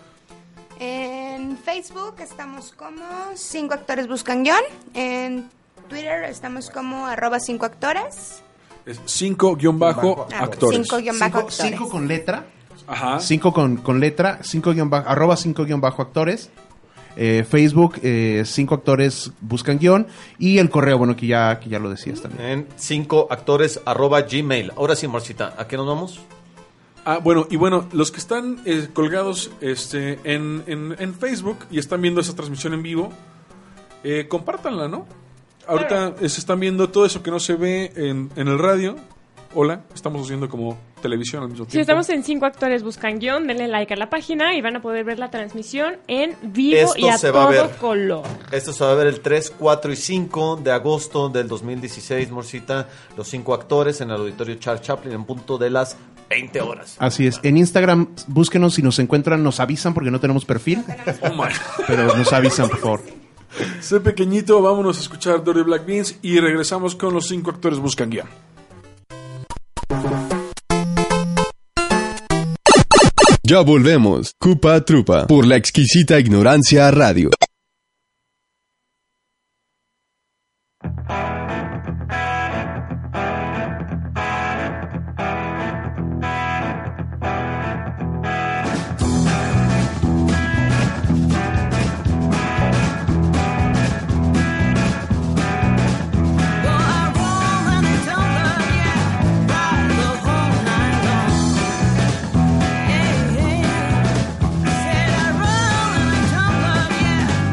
En Facebook estamos como cinco actores buscan guión. En Twitter estamos como arroba cinco actores. Es cinco guión bajo Ah, actores. cinco guión bajo Cinco, actores. cinco con letra, Ajá. cinco con, con letra, cinco guión bajo, arroba cinco guión bajo actores. Eh, Facebook, eh, cinco actores buscan guión, y el correo, bueno, que ya, que ya lo decías también. En cinco actores arroba gmail. Ahora sí, Morcita, ¿a qué nos vamos? Ah, bueno, y bueno, los que están eh, colgados este, en, en, en Facebook y están viendo esa transmisión en vivo, eh, compártanla, ¿no? Ahorita eh, se están viendo todo eso que no se ve en, en el radio. Hola, estamos haciendo como televisión al mismo tiempo. Si estamos en cinco actores buscan guión, denle like a la página y van a poder ver la transmisión en vivo Esto y a se va a todo ver. color. Esto se va a ver el tres, cuatro y cinco de agosto del dos mil dieciséis, Morcita. Los cinco actores en el auditorio Charles Chaplin en punto de las veinte horas. Así es. En Instagram, búsquenos, si nos encuentran, nos avisan porque no tenemos perfil, Oh, my. pero nos avisan, por favor. Sé pequeñito, vámonos a escuchar Dirty Black Beans y regresamos con los cinco actores buscan guión. Ya volvemos. Cupa Trupa por la exquisita ignorancia radio. Said I roll and tumble, yeah.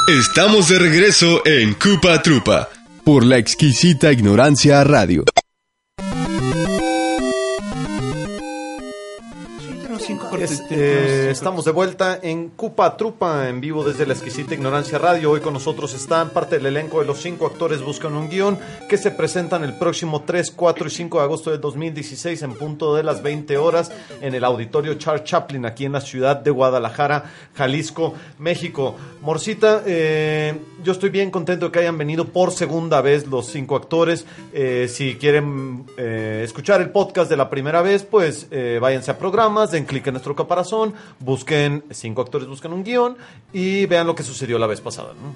Estamos de regreso en Cupa Trupa por la exquisita ignorancia radio. Es, eh, estamos de vuelta en Cupa Trupa, en vivo desde la exquisita ignorancia radio. Hoy con nosotros están parte del elenco de Los Cinco Actores Buscan un Guión, que se presentan el próximo tres, cuatro y cinco de agosto del dos mil dieciséis en punto de las veinte horas en el Auditorio Charles Chaplin, aquí en la ciudad de Guadalajara, Jalisco, México. Morcita, eh, yo estoy bien contento de que hayan venido por segunda vez los cinco actores. Eh, si quieren eh, escuchar el podcast de la primera vez, pues eh, váyanse a programas, den clic en nuestro caparazón, busquen Cinco Actores Buscan un Guión y vean lo que sucedió la vez pasada, ¿no?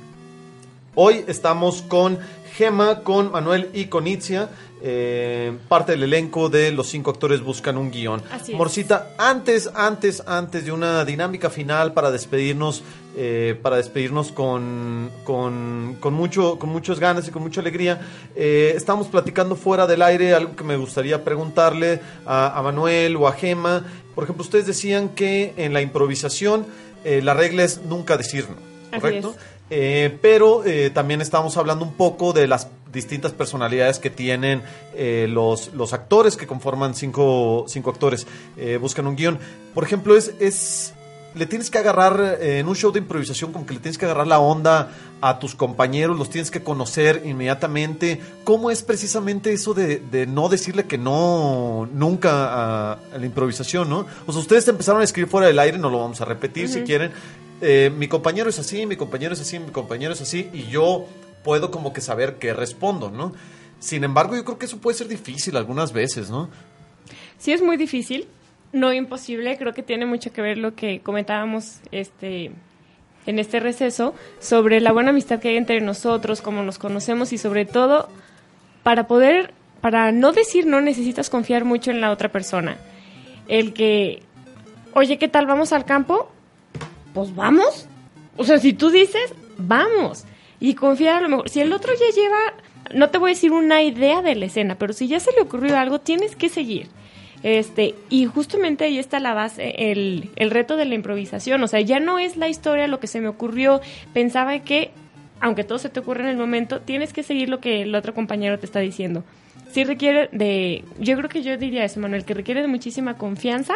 Hoy estamos con Gema, con Manuel y con Itzia, eh, parte del elenco de Los Cinco Actores Buscan un Guión. Así es. Morcita, antes, antes, antes de una dinámica final para despedirnos, eh, para despedirnos con, con, con, mucho, con muchas ganas y con mucha alegría, eh, estamos platicando fuera del aire algo que me gustaría preguntarle a, a Manuel o a Gema. Por ejemplo, ustedes decían que en la improvisación eh, la regla es nunca decir no, ¿correcto? Así es. Eh, pero eh, también estamos hablando un poco de las distintas personalidades que tienen eh, los, los actores que conforman cinco, cinco actores, eh, buscan un guión. Por ejemplo, es, es le tienes que agarrar eh, en un show de improvisación, como que le tienes que agarrar la onda a tus compañeros, los tienes que conocer inmediatamente. ¿Cómo es precisamente eso de, de no decirle que no nunca a, a la improvisación, no? O sea, ustedes te empezaron a escribir fuera del aire, no lo vamos a repetir, uh-huh, si quieren. Eh, mi compañero es así, mi compañero es así, mi compañero es así, y yo puedo como que saber qué respondo, ¿no? Sin embargo, yo creo que eso puede ser difícil algunas veces, ¿no? Sí, es muy difícil, no imposible. Creo que tiene mucho que ver lo que comentábamos este en este receso sobre la buena amistad que hay entre nosotros, cómo nos conocemos, y sobre todo para poder, para no decir no, necesitas confiar mucho en la otra persona. El que, oye, ¿qué tal? ¿Vamos al campo? Pues vamos. O sea, si tú dices, vamos. Y confiar a lo mejor. Si el otro ya lleva, no te voy a decir una idea de la escena, pero si ya se le ocurrió algo, tienes que seguir. Este, y justamente ahí está la base, el, el reto de la improvisación. O sea, ya no es la historia, lo que se me ocurrió. Pensaba que, aunque todo se te ocurre en el momento, tienes que seguir lo que el otro compañero te está diciendo. Sí requiere de, yo creo que yo diría eso, Manuel, que requiere de muchísima confianza,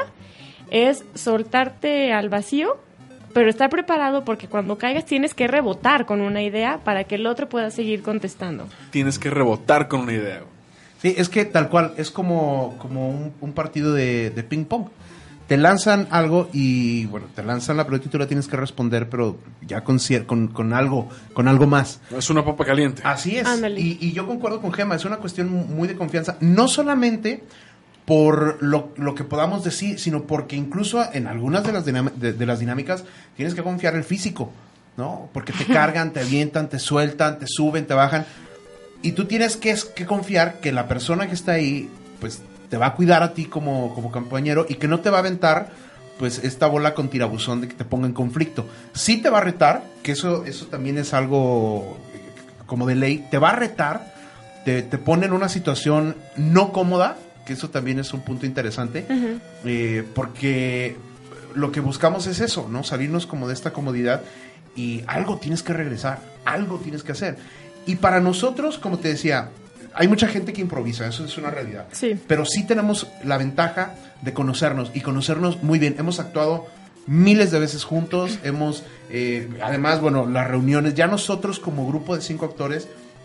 es soltarte al vacío, pero estar preparado, porque cuando caigas tienes que rebotar con una idea para que el otro pueda seguir contestando. Tienes que rebotar con una idea. Sí, es que tal cual, es como, como un, un partido de, de ping pong. Te lanzan algo y, bueno, te lanzan la pelota y tú la tienes que responder, pero ya con, con, con algo con algo más. Es una papa caliente. Así es. Ándale. Y, y yo concuerdo con Gema, es una cuestión muy de confianza, no solamente por lo, lo que podamos decir, sino porque incluso en algunas de las, dinam- de, de las dinámicas tienes que confiar el físico, ¿no? Porque te cargan, te avientan, te sueltan, te suben, te bajan. Y tú tienes que, que confiar que la persona que está ahí, pues, te va a cuidar a ti como, como compañero y que no te va a aventar, pues, esta bola con tirabuzón de que te ponga en conflicto. Sí te va a retar, que eso, eso también es algo como de ley, te va a retar, te, te pone en una situación no cómoda, que eso también es un punto interesante, uh-huh, eh, porque lo que buscamos es eso, ¿no? Salirnos como de esta comodidad y algo tienes que regresar, algo tienes que hacer. Y para nosotros, como te decía, hay mucha gente que improvisa, eso es una realidad. Sí. Pero sí tenemos la ventaja de conocernos y conocernos muy bien. Hemos actuado miles de veces juntos, hemos, eh, además, bueno, las reuniones, ya nosotros como grupo de cinco actores,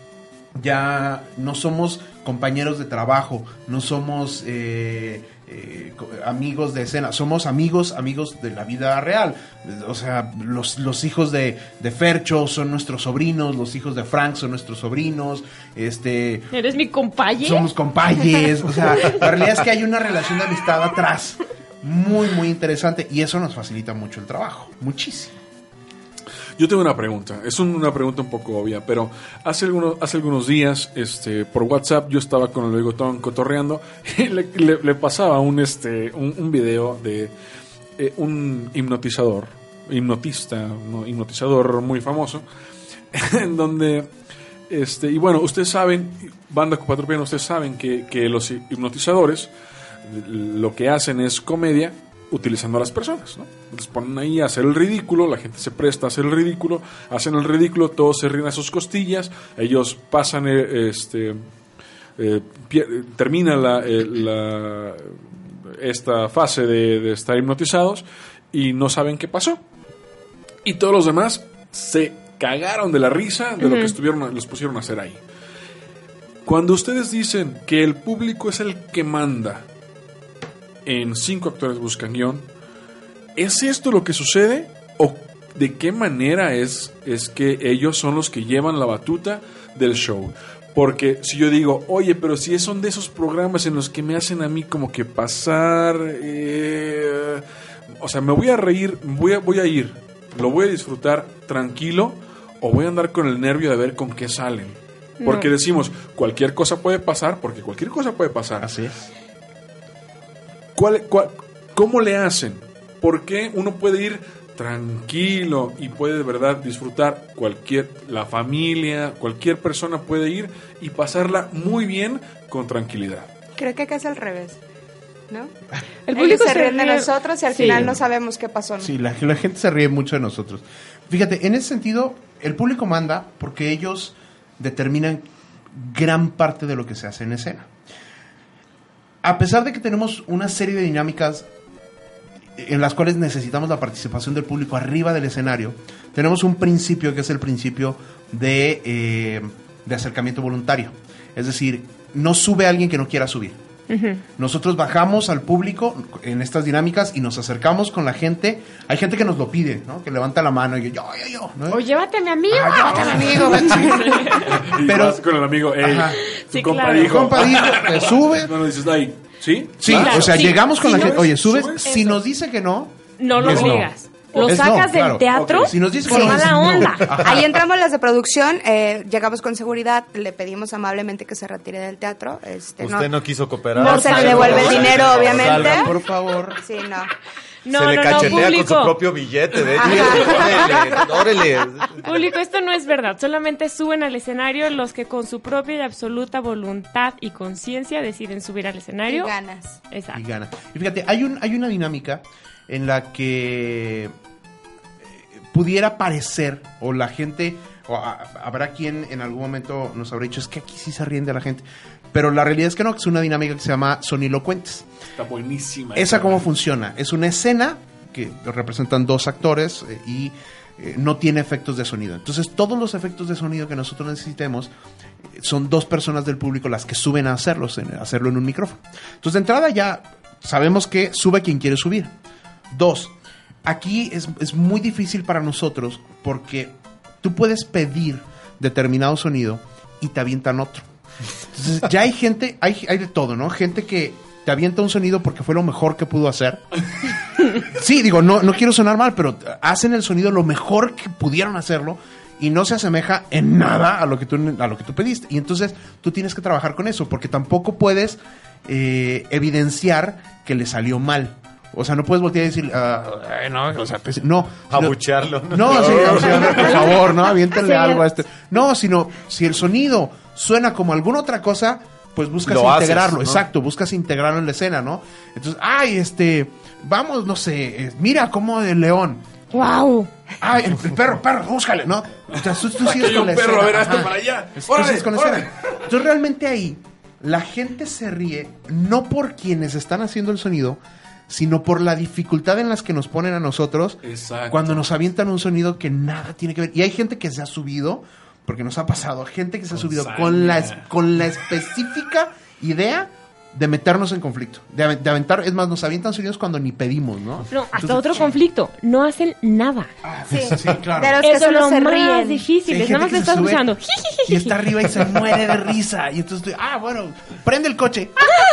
ya no somos compañeros de trabajo, no somos eh, eh, amigos de escena, somos amigos, amigos de la vida real. O sea, los, los hijos de, de Fercho son nuestros sobrinos, los hijos de Frank son nuestros sobrinos. Este, ¿Eres mi compañero? Somos compañeros. O sea, la realidad es que hay una relación de amistad atrás muy, muy interesante y eso nos facilita mucho el trabajo, muchísimo. Yo tengo una pregunta, es un, una pregunta un poco obvia, pero hace algunos, hace algunos días, este, por WhatsApp, yo estaba con el Bigotón cotorreando y le, le, le pasaba un, este, un, un video de eh, un hipnotizador, hipnotista, no, hipnotizador muy famoso, en donde, este, y bueno, ustedes saben, banda Cupatropiana, ustedes saben que, que los hipnotizadores lo que hacen es comedia utilizando a las personas, ¿no? Les ponen ahí a hacer el ridículo, la gente se presta a hacer el ridículo, hacen el ridículo, todos se ríen a sus costillas, ellos pasan, eh, este, eh, pier- termina la, eh, la, esta fase de, de estar hipnotizados y no saben qué pasó. Y todos los demás se cagaron de la risa de uh-huh. lo que estuvieron, les pusieron a hacer ahí. Cuando ustedes dicen que el público es el que manda en Cinco Actores Buscan Guión, ¿es esto lo que sucede? ¿O de qué manera es, es que ellos son los que llevan la batuta del show? Porque si yo digo, oye, pero si son de esos programas en los que me hacen a mí como que pasar, eh, o sea, me voy a reír, voy a, voy a ir, lo voy a disfrutar tranquilo, o voy a andar con el nervio de ver con qué salen. Porque no. decimos, cualquier cosa puede pasar, porque cualquier cosa puede pasar. Así es. ¿Cuál, cuál, ¿Cómo le hacen? ¿Por qué uno puede ir tranquilo y puede de verdad disfrutar cualquier, la familia, cualquier persona puede ir y pasarla muy bien con tranquilidad? Creo que acá es al revés, ¿no? El público se se ríe de ríe. nosotros y al Sí. final no sabemos qué pasó, ¿no? Sí, la, la gente se ríe mucho de nosotros. Fíjate, en ese sentido, el público manda porque ellos determinan gran parte de lo que se hace en escena. A pesar de que tenemos una serie de dinámicas en las cuales necesitamos la participación del público arriba del escenario, tenemos un principio que es el principio de, eh, de acercamiento voluntario. Es decir, no sube alguien que no quiera subir. Uh-huh. Nosotros bajamos al público en estas dinámicas y nos acercamos con la gente. Hay gente que nos lo pide, ¿no? Que levanta la mano y yo, yo, yo, yo, ¿no? O llévate a mi amigo. Ah, llévate a mi amigo. Sí. Y Pero vas con el amigo, ey, Ajá. tu Sí, compa claro. dijo. Tu compa dijo, te sube. No, no dices, ay, ¿sí? Sí, Claro, o sea, sí. llegamos con Si la no- gente. Oye, subes. ¿subes? Si Eso. nos dice que no, No lo es no. obligas. Lo Es no, sacas claro. del teatro Ok. Si nos dice que con no, es mala no. onda. Ajá. Ahí entramos las de producción, eh, llegamos con seguridad, le pedimos amablemente que se retire del teatro. Este, Usted no quiso cooperar. No se le devuelve el dinero, obviamente. Salga, por favor. Sí, no. No, se le no, no, cachetea con público. su propio billete. De órale, órale. Público, esto no es verdad. Solamente suben al escenario los que con su propia y absoluta voluntad y conciencia deciden subir al escenario. Y ganas. Exacto. Y gana. Y fíjate, hay, un, hay una dinámica en la que eh, pudiera parecer, o la gente, o a- habrá quien en algún momento nos habrá dicho, es que aquí sí se ríen de la gente. Pero la realidad es que no, que es una dinámica que se llama sonilocuentes. Está buenísima. ¿Esa cómo funciona? Es una escena que representan dos actores eh, y eh, no tiene efectos de sonido. Entonces, todos los efectos de sonido que nosotros necesitemos eh, son dos personas del público las que suben a hacerlos, en, a hacerlo en un micrófono. Entonces, de entrada ya sabemos que sube quien quiere subir. Dos, aquí es, es muy difícil para nosotros porque tú puedes pedir determinado sonido y te avientan otro. Entonces, ya hay gente, hay, hay de todo, ¿no? Gente que te avienta un sonido porque fue lo mejor que pudo hacer. Sí, digo, no, no quiero sonar mal, pero hacen el sonido lo mejor que pudieron hacerlo y no se asemeja en nada a lo que tú, a lo que tú pediste. Y entonces tú tienes que trabajar con eso, porque tampoco puedes eh, evidenciar que le salió mal. O sea, no puedes voltear y decir, ah, ay, no, o sea, pues, no. Abuchearlo. No, no, sí, o sea, por favor, ¿no? Aviéntenle Sí. algo a este. No, sino, si el sonido suena como alguna otra cosa, pues buscas Lo haces, integrarlo, ¿no? exacto, buscas integrarlo en la escena, ¿no? Entonces, ay, este, vamos, no sé, eh, mira cómo el león. ¡Wow! Ay, el, el perro, perro, búscale, ¿no? O sea, tú, tú Aquí sigues hay con un la perro, escena, a ver, hazte ajá. para allá. Tú Órale, sigues con la órale. escena. Entonces, realmente ahí, la gente se ríe no por quienes están haciendo el sonido, sino por la dificultad en las que nos ponen a nosotros Exacto. cuando nos avientan un sonido que nada tiene que ver. Y hay gente que se ha subido, porque nos ha pasado, gente que se ha Con subido saña. con la, es- con la específica idea de meternos en conflicto, de, ave- de aventar, es más, nos avientan sonidos cuando ni pedimos, ¿no? No, hasta Entonces, otro conflicto. No hacen nada. Sí, sí, claro. de los que Eso es solo lo se más ríen. difícil. Sí, hay Nada gente más que te se estás sube usando. y está arriba y se muere de risa. Y entonces, tú, ah, bueno, prende el coche.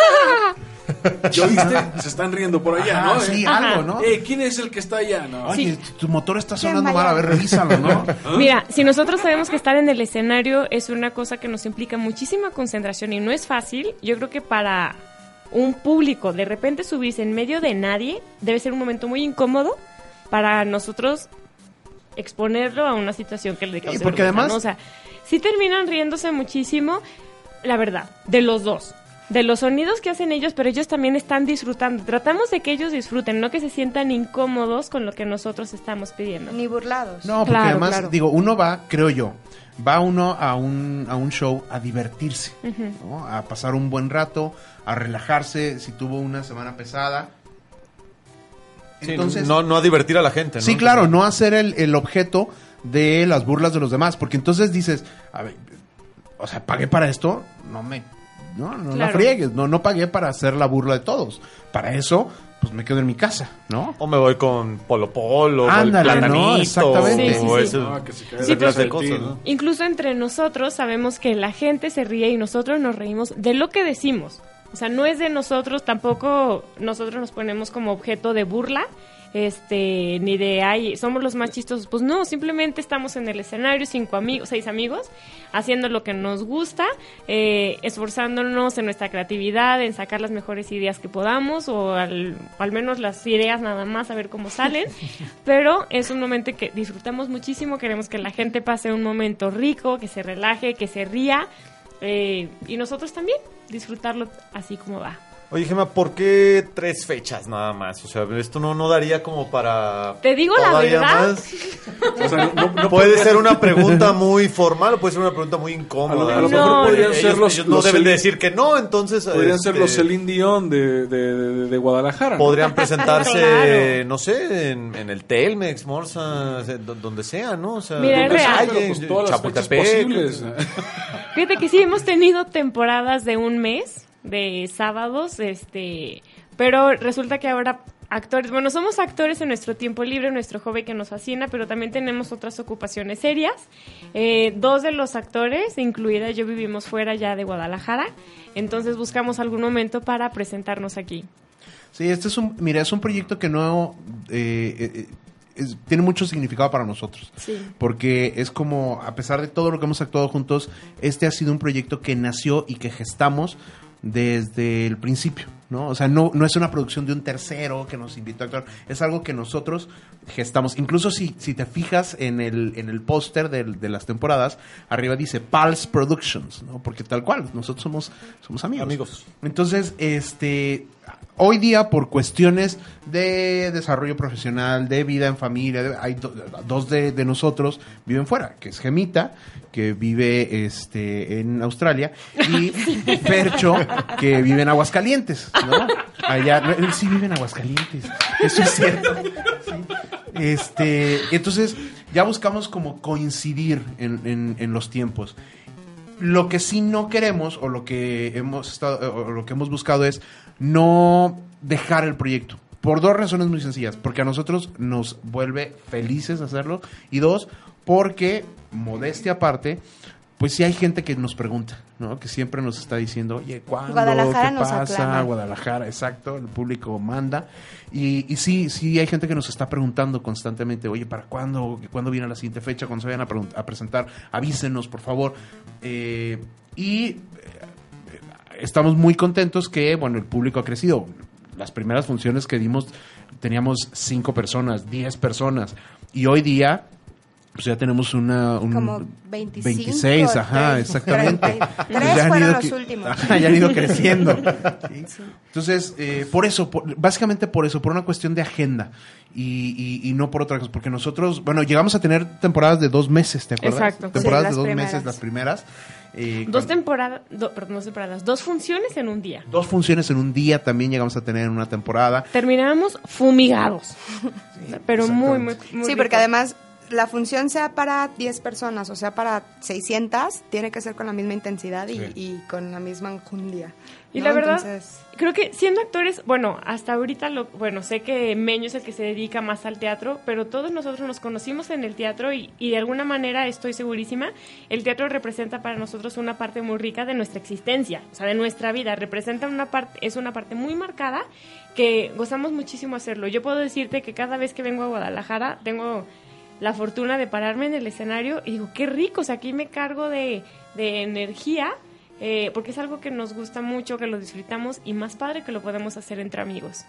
¿Ya viste? Se están riendo por allá, Ajá, ¿no? sí, Eh, algo, ¿no? Eh, ¿quién es el que está allá? No. Oye, tu motor está sonando Qué mal, a ver, revísalo, ¿no? Mira, si nosotros sabemos que estar en el escenario es una cosa que nos implica muchísima concentración y no es fácil, yo creo que para un público de repente subirse en medio de nadie debe ser un momento muy incómodo para nosotros exponerlo a una situación que le cause porque vergüenza, además- ¿no? O sea, sí terminan riéndose muchísimo, la verdad, de los dos. de los sonidos que hacen ellos, pero ellos también están disfrutando. Tratamos de que ellos disfruten, no que se sientan incómodos con lo que nosotros estamos pidiendo. Ni burlados. No, porque Claro, además, claro. digo, uno va, creo yo, va uno a un, a un show a divertirse, ¿no? A pasar un buen rato, a relajarse, si tuvo una semana pesada. Sí, Entonces, no, no a divertir a la gente, ¿no? sí, claro, no hacer el, el objeto de las burlas de los demás, porque entonces dices, a ver, o sea, pagué para esto, no me, no, no la Claro. friegues, no, no pagué para hacer la burla de todos, para eso, pues me quedo en mi casa, ¿no? O me voy con Polo Polo, Ándale, o el platanito, ¿no? Exactamente. Sí, sí, o sí. ese- Ah, que se cae esa Sí, clase de pues, cosas, ¿no? Incluso entre nosotros sabemos que la gente se ríe y nosotros nos reímos de lo que decimos. O sea, no es de nosotros, tampoco nosotros nos ponemos como objeto de burla, este, ni de, ay, somos los más chistosos. Pues no, simplemente estamos en el escenario, cinco amigos, seis amigos, haciendo lo que nos gusta, eh, esforzándonos en nuestra creatividad, en sacar las mejores ideas que podamos, o al, o al menos las ideas nada más, a ver cómo salen. Pero es un momento que disfrutamos muchísimo, queremos que la gente pase un momento rico, que se relaje, que se ría, eh, y nosotros también disfrutarlo así como va. Oye, Gemma, ¿por qué tres fechas nada más? O sea, esto no, no daría como para... Te digo la todavía verdad. más. O sea, no, no Puede podría- ser una pregunta muy formal o puede ser una pregunta muy A incómoda. lo, a lo No, mejor podrían no, ser ellos, los, ellos no los deben de Celine- decir que no, entonces... podrían ser este, los Celine Dion de, de, de, de Guadalajara. ¿no? Podrían presentarse, Claro. no sé, en, en el Telmex, Morsa, o sea, do- donde sea, ¿no? O sea, Mira, es donde real. haya, Pero, pues, todas las fechas Chapultepec, posibles. Fíjate que sí, hemos tenido temporadas de un mes, de sábados, este, pero resulta que ahora actores, bueno, somos actores en nuestro tiempo libre, en nuestro hobby que nos fascina, pero también tenemos otras ocupaciones serias. Eh, dos de los actores, incluida yo, vivimos fuera ya de Guadalajara, entonces buscamos algún momento para presentarnos aquí. Sí, este es un, mira, es un proyecto que no eh, eh, es- tiene mucho significado para nosotros. Sí. Porque es como, a pesar de todo lo que hemos actuado juntos, este ha sido un proyecto que nació y que gestamos desde el principio, ¿no? O sea, no, no es una producción de un tercero que nos invitó a actuar, es algo que nosotros gestamos. Incluso si, si te fijas en el, en el póster del- de las temporadas, arriba dice Pulse Productions, ¿no? Porque tal cual, nosotros somos, somos amigos. Amigos. Entonces, este, hoy día por cuestiones de desarrollo profesional, de vida en familia, de- hay do- dos de, de nosotros viven fuera, que es Gemita, que vive este en Australia, y Percho, que vive en Aguascalientes, ¿no? Allá, no, él sí vive en Aguascalientes, eso es cierto. Sí. Este, entonces, ya buscamos como coincidir en, en, en los tiempos. Lo que sí no queremos, o lo que hemos estado, o lo que hemos buscado es no dejar el proyecto. Por dos razones muy sencillas. Porque a nosotros nos vuelve felices hacerlo. Y dos, porque, modestia aparte, pues sí hay gente que nos pregunta, ¿no? Que siempre nos está diciendo, oye, ¿cuándo? Guadalajara ¿Qué nos pasa? aclama. Guadalajara, exacto, el público manda. Y, y sí, sí hay gente que nos está preguntando constantemente, oye, ¿para cuándo? ¿Cuándo viene la siguiente fecha? ¿Cuándo se vayan a, pregun- a presentar? Avísenos, por favor. Eh, y eh, estamos muy contentos que, bueno, el público ha crecido. Las primeras funciones que dimos teníamos cinco personas, diez personas. Y hoy día, pues ya tenemos una... Un, Como veinticinco, veintiséis, ajá, treinta, exactamente. treinta. Entonces, Tres ya han fueron ido los que- últimos. Ajá, ya han ido creciendo. ¿sí? Entonces, eh, por eso, por- básicamente por eso, por una cuestión de agenda. Y, y, y no por otra cosa, porque nosotros, bueno, llegamos a tener temporadas de dos meses, ¿te acuerdas? Exacto. Temporadas Sí, de las dos primeras. meses, las primeras. Eh, Dos cuando- temporadas, do- perdón, dos temporadas, dos funciones en un día. Dos funciones en un día también llegamos a tener en una temporada. Terminábamos fumigados, pero muy, muy, muy Sí, porque rico. además la función sea para diez personas o sea para seiscientas, tiene que ser con la misma intensidad y, Sí. y con la misma enjundia. Y ¿no? la verdad, Entonces, creo que siendo actores, bueno, hasta ahorita, lo, bueno, sé que Meño es el que se dedica más al teatro, pero todos nosotros nos conocimos en el teatro y, y de alguna manera, estoy segurísima, el teatro representa para nosotros una parte muy rica de nuestra existencia, o sea, de nuestra vida, representa una parte, es una parte muy marcada que gozamos muchísimo hacerlo. Yo puedo decirte que cada vez que vengo a Guadalajara, tengo la fortuna de pararme en el escenario y digo, qué rico, o sea, aquí me cargo de, de energía, eh, porque es algo que nos gusta mucho, que lo disfrutamos y más padre que lo podemos hacer entre amigos.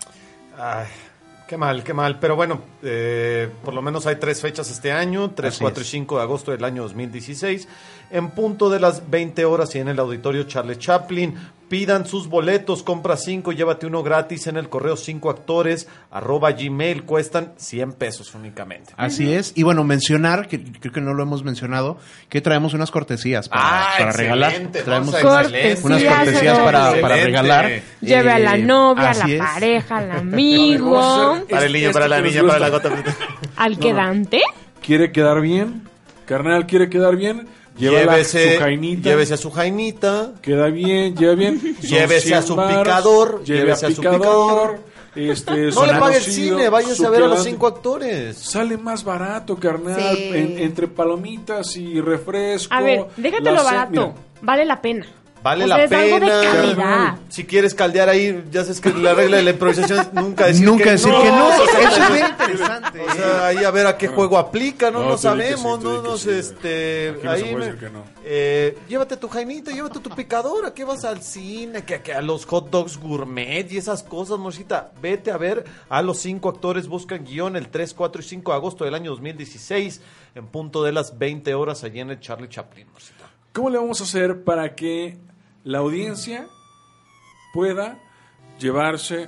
Ay, qué mal, qué mal. Pero bueno, eh, por lo menos hay tres fechas este año, tres, Así cuatro y es. cinco de agosto del año dos mil dieciséis, en punto de las veinte horas y en el auditorio Charles Chaplin. Pidan sus boletos, compra cinco, llévate uno gratis en el correo cinco actores arroba gmail, cuestan cien pesos únicamente. Así es. Y bueno, mencionar, que creo que no lo hemos mencionado, que traemos unas cortesías para, Ah, para excelente, regalar. vamos Traemos a- Cortesías, unas cortesías para, para Excelente. regalar. Lleve a la Eh, novia, a así la es. pareja, al Vamos a amigo, hacer Para el niño, esto para la que nos niña, para la gusta. gota. al quedante. ¿Quiere quedar bien? Carnal, ¿quiere quedar bien? Llévela Llévese, su jainita. llévese a su jainita. Queda bien, lleva bien. Son Llévese a cien su varos, picador, Lleve llévese a a su picador. picador. Este, No son le pague el conocido, cine, váyase su a ver a los quedante. cinco actores. Sale más barato, carnal. Sí. en- entre palomitas y refresco. A ver, déjate la lo ce- barato. mira, Vale la pena. Vale O la sea, es algo de pena. calidad. Si quieres caldear ahí, ya sabes que la regla de la improvisación es nunca decir Nunca que decir no. que no. O sea, Eso es bien interesante. O sea, ahí a ver a qué juego aplica, no, No, no tú di que sabemos, sí, tú di no que nos, sí. este, Aquí no se ahí puede me- decir que no. eh, llévate tu jainita, llévate tu picador, ¿a qué vas al cine? Que, que a los hot dogs gourmet y esas cosas, morcita, vete a ver a los cinco actores, buscan guión el tres, cuatro y cinco de agosto del año dos mil dieciséis, en punto de las veinte horas allí en el Charlie Chaplin, morcita. ¿Cómo le vamos a hacer para que la audiencia pueda llevarse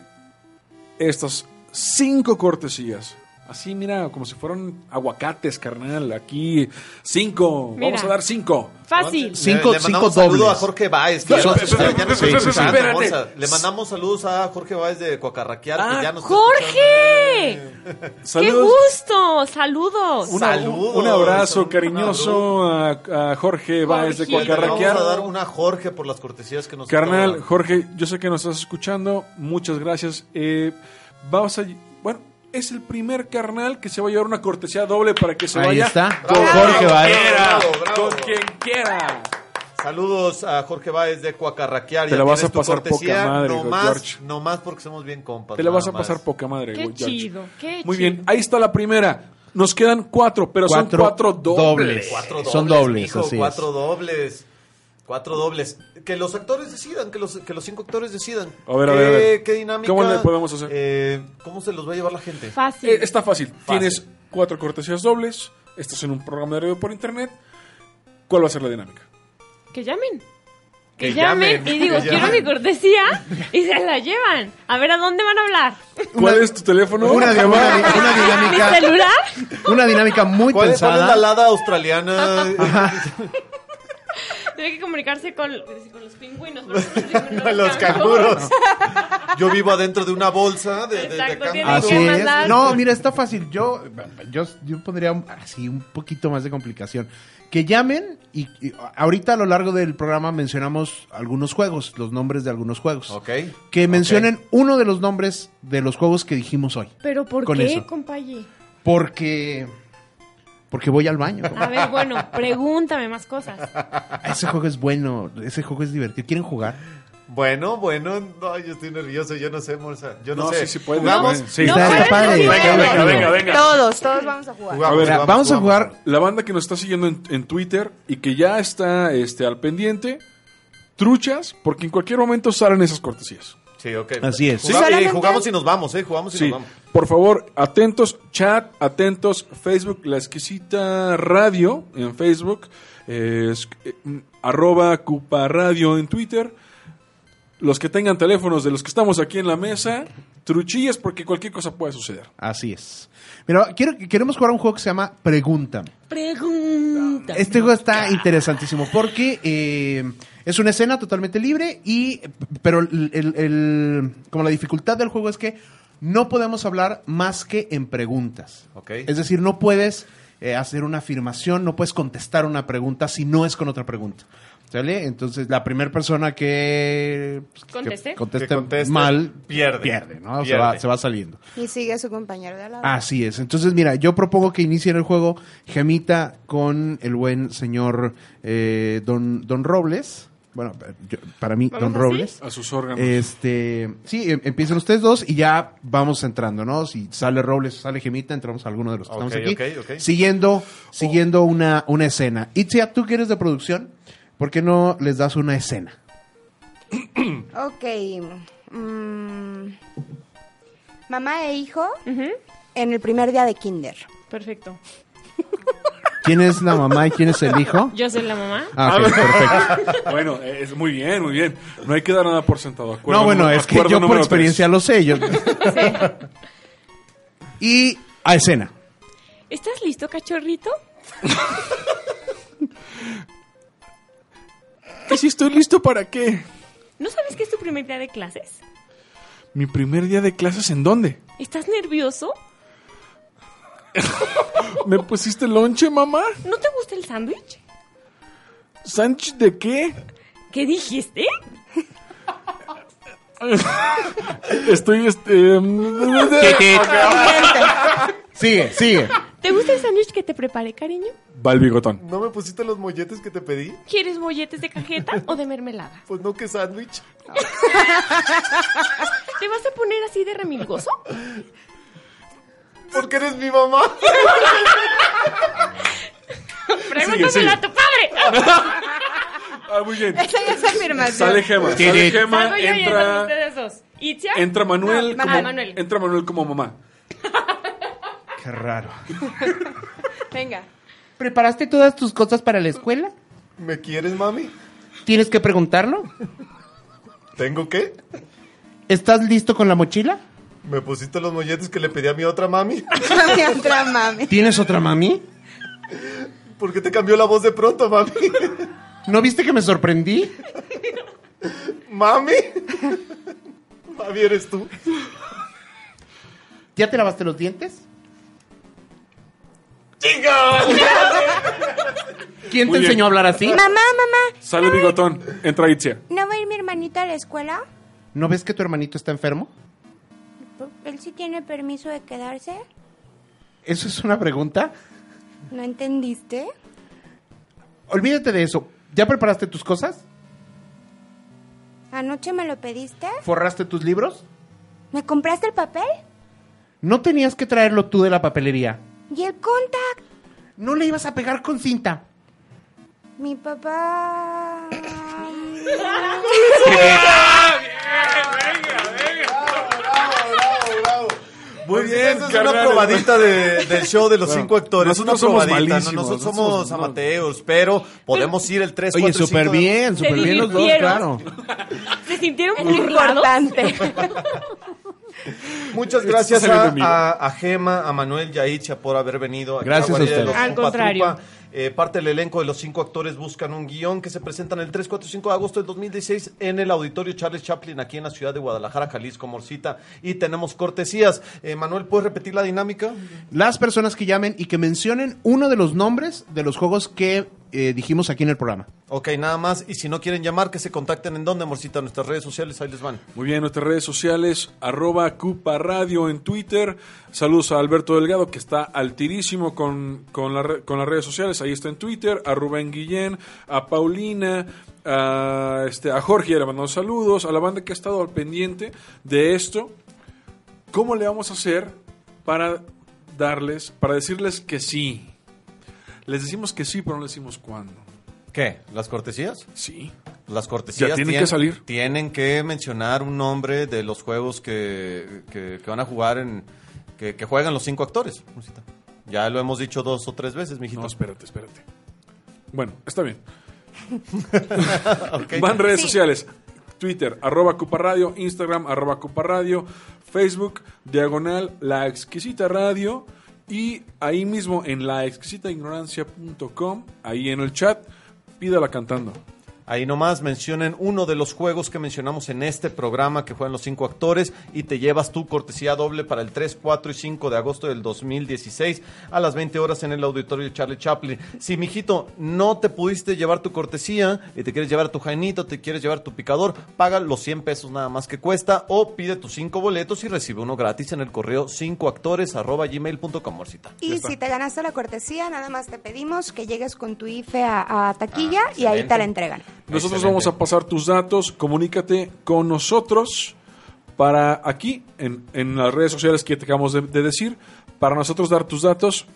estas cinco cortesías? Así, mira, como si fueran aguacates, carnal. Aquí, cinco. Mira. Vamos a dar cinco. Fácil. Cinco- le, le mandamos cinco saludo dobles. a Jorge Báez, que ya Son- nos está- ya nos sí, está sí, escuchando, espérate. Monza. Le mandamos saludos a Jorge Báez de Coacarraquear, Ah, que ya nos está ¡Jorge! ¡Qué Saludos. gusto! ¡Saludos! Un- Una- Saludos. un abrazo Un cariñoso a, a Jorge Báez de Jorgito. Le vamos Cuacarraquear. a dar una a Jorge por las cortesías que nos Carnal, otorgan. Jorge, yo sé que nos estás escuchando. Muchas gracias. Eh, vamos a. Bueno, es el primer carnal que se va a llevar una cortesía doble para que se Ahí vaya. está. Con Bravo, Jorge bravo, Báez. bravo, bravo. Con quien quiera. Saludos a Jorge Báez de Cuacarraquear. Te Ya la vas tienes a tu pasar cortesía, poca madre, no George. más, no más porque somos bien compas. Te la vas nada a pasar más. poca madre, Qué George. chido, qué Muy chido. bien, ahí está la primera. Nos quedan cuatro, pero son cuatro dobles. Cuatro dobles, Son dobles, mijo, así es. cuatro dobles. Cuatro dobles. Que los actores decidan, que los, que los cinco actores decidan. A ver, a ¿Qué, ver, a ver. ¿Qué dinámica? ¿Cómo le podemos hacer? Eh, ¿Cómo se los va a llevar la gente? Fácil. Eh, está fácil. Tienes cuatro cortesías dobles. Estás en un programa de radio por internet. ¿Cuál va a ser la dinámica? Que llamen. Que, Que llamen, llamen, y digo, que quiero llamen. mi cortesía y se la llevan. A ver, ¿a dónde van a hablar? ¿Cuál es tu teléfono? Una, una, una ¿Mi dinámica, celular? una dinámica muy ¿Cuál, es- cuál es la pensada. lada australiana? Tiene que comunicarse con, con los pingüinos. ¿no? Los, pingüinos, Los canguros. Yo vivo adentro de una bolsa de, de- de Exacto, canguros. tiene Así que es. mandar- No, mira, está fácil. Yo, yo, yo pondría un- así un poquito más de complicación. Que llamen y, y ahorita a lo largo del programa mencionamos algunos juegos, los nombres de algunos juegos. Ok. Que mencionen uno de los nombres de los juegos que dijimos hoy. ¿Pero por Con qué, eso. compañe? Porque porque voy al baño. A ver, bueno, pregúntame más cosas. Ese juego es bueno, ese juego es divertido. ¿Quieren jugar? Bueno, bueno, no, yo estoy nervioso, yo no sé, Morsa. Yo no, No, sé. sí, sí puede. ¿Jugamos? Sí. No, Está- ¿cuál está es padre, el está juego? Venga, venga, venga. Todos, todos vamos a jugar. Jugamos, Mira, jugamos, vamos a jugamos. jugar. La banda que nos está siguiendo en, en Twitter y que ya está este, al pendiente, truchas, porque en cualquier momento salen esas cortesías. Sí, ok. Así es. Jugamos, Solamente- y jugamos y nos vamos, ¿eh? Jugamos y Sí, nos vamos. por favor, atentos, chat, atentos, Facebook, La Exquisita Radio en Facebook, eh, es- eh, mm, arroba Cupa Radio en Twitter. Los que tengan teléfonos de los que estamos aquí en la mesa, truchillas porque cualquier cosa puede suceder. Así es. Mira, quiero, queremos jugar un juego que se llama Pregúntame. Pregunta. Este juego está interesantísimo porque eh, es una escena totalmente libre y pero el, el- el- como la dificultad del juego es que no podemos hablar más que en preguntas. Ok. Es decir, no puedes eh, hacer una afirmación, no puedes contestar una pregunta si no es con otra pregunta. ¿Sale? Entonces, la primera persona que, pues, que Conteste. conteste Que conteste, mal pierde. pierde, ¿no? Se Pierde. va, se va saliendo. Y sigue a su compañero de al lado. Así es. Entonces, mira, yo propongo que inicien el juego Gemita con el buen señor eh, Don, Don Robles. Bueno, yo- para mí, ¿Vamos Don así? Robles. A sus órganos. Este, sí, em- empiezan ustedes dos y ya vamos entrando, ¿no? Si sale Robles o sale Gemita, entramos a alguno de los que Ok, estamos aquí. ok, ok. Siguiendo, siguiendo una, una escena. Itzia, tú que eres de producción, ¿por qué no les das una escena? Ok. mm, mamá e hijo Ujú, en el primer día de kinder. perfecto. ¿Quién es la mamá y quién es el hijo? Yo soy la mamá. Ah, ok, perfecto. Bueno, es muy bien, muy bien. No hay que dar nada por sentado. Acuerdo, No, bueno, número- es que acuerdo yo por número experiencia lo sé. Yo... Sí. Y a escena. ¿Estás listo, cachorrito? tres. ¿Y si estoy listo para qué? ¿No sabes que es tu primer día de clases? ¿Mi primer día de clases en dónde? ¿Estás nervioso? ¿Me pusiste lonche, mamá? ¿No te gusta el sándwich? ¿Sándwich de qué? ¿Qué dijiste? Estoy, este... Sigue, sigue. ¿Te gusta el sándwich que te preparé, cariño? Va el bigotón. ¿No me pusiste los molletes que te pedí? ¿Quieres molletes de cajeta o de mermelada? Pues no, que sándwich. ¿Te vas a poner así de remilgoso? Porque eres mi mamá. Pregúntaselo sigue. a tu padre. Ah, muy bien. Esa ya es afirmación. Sale Gema, sale Tiri. Gema, Salgo yo y entran entra... ustedes dos. ¿Itzia? Entra Manuel No, como... ah, Manuel. Entra Manuel como mamá. Qué raro. Venga. ¿Preparaste todas tus cosas para la escuela? ¿Me quieres, mami? ¿Tienes que preguntarlo? ¿Tengo qué? ¿Estás listo con la mochila? ¿Me pusiste los molletes que le pedí a mi otra mami? Mi otra mami. ¿Tienes otra mami? ¿Por qué te cambió la voz de pronto, mami? ¿No viste que me sorprendí? ¿Mami? Mami, ¿eres tú? ¿Ya te lavaste los dientes? ¡Chica! ¿Quién Muy te bien. enseñó a hablar así? Mamá, mamá. Sale bigotón. Entra Itzia. ¿No va a ir mi hermanito a la escuela? ¿No ves que tu hermanito está enfermo? ¿Él sí tiene permiso de quedarse? ¿Eso es una pregunta? ¿No entendiste? Olvídate de eso. ¿Ya preparaste tus cosas? ¿Anoche me lo pediste? ¿Forraste tus libros? ¿Me compraste el papel? No tenías que traerlo tú de la papelería. ¿Y el contact? No le ibas a pegar con cinta. Mi papá... Muy bien, Esa es carnal. una probadita de- del show de los Bueno, cinco actores. nosotros Una somos probadita, ¿no? malísimos, Nosotros nosotros somos somos- amateurs, pero podemos ir el tres, Oye, cuatro y súper cinco de- bien, súper bien los dos, divirtieron. claro. ¿Se sintieron Es burlados? importante. Muchas Esto gracias está saliendo a, en vivo. a, a Gema, a Manuel y a Itzia por haber venido. aquí Gracias a Guarida de ustedes. los Al Cupa contrario. Trupa. Eh, parte del elenco de los cinco actores buscan un guión que se presentan el tres, cuatro y cinco de agosto del dos mil dieciséis en el Auditorio Charles Chaplin, aquí en la ciudad de Guadalajara, Jalisco, Morcita. Y tenemos cortesías. Eh, Manuel, ¿puedes repetir la dinámica? Las personas que llamen y que mencionen uno de los nombres de los juegos que eh, dijimos aquí en el programa. Ok, nada más. Y si no quieren llamar, que se contacten en dónde, Morcita, nuestras redes sociales, ahí les van. Muy bien, nuestras redes sociales, arroba Cupa Radio en Twitter. Saludos a Alberto Delgado, que está altirísimo con, con, la re- con las redes sociales. Ahí está en Twitter. A Rubén Guillén, a Paulina, a, este, a Jorge, ya le mandamos saludos. A la banda que ha estado al pendiente de esto. ¿Cómo le vamos a hacer para darles, para decirles que sí? Les decimos que sí, pero no les decimos cuándo. ¿Qué? ¿Las cortesías? Sí. Las cortesías Ya tienen tien- que salir. Tienen que mencionar un nombre de los juegos que, que- que van a jugar en... Que, que juegan los cinco actores. Morcita. Ya lo hemos dicho dos o tres veces, mijito. No, espérate, espérate. Bueno, está bien. Ok. Van redes Sí. sociales. Twitter, arroba Cupa Radio, Instagram, arroba Cupa Radio, Facebook, diagonal, La Exquisita Radio, y ahí mismo en la exquisita ignorancia punto com, ahí en el chat, pídala cantando. Ahí nomás mencionen uno de los juegos que mencionamos en este programa que juegan los cinco actores y te llevas tu cortesía doble para el tres, cuatro y cinco de agosto del dos mil dieciséis a las veinte horas en el auditorio Charlie Chaplin. Si, mijito, no te pudiste llevar tu cortesía y te quieres llevar tu jainito, te quieres llevar tu picador, paga los cien pesos nada más que cuesta o pide tus cinco boletos y recibe uno gratis en el correo cinco actores arroba gmail punto com, Morcita. Y si te ganaste la cortesía, nada más te pedimos que llegues con tu I F E a, a taquilla y ahí te la entregan. Nosotros Excelente. vamos a pasar tus datos, comunícate con nosotros para aquí, en, en las redes sociales que te acabamos de, de decir, para nosotros dar tus datos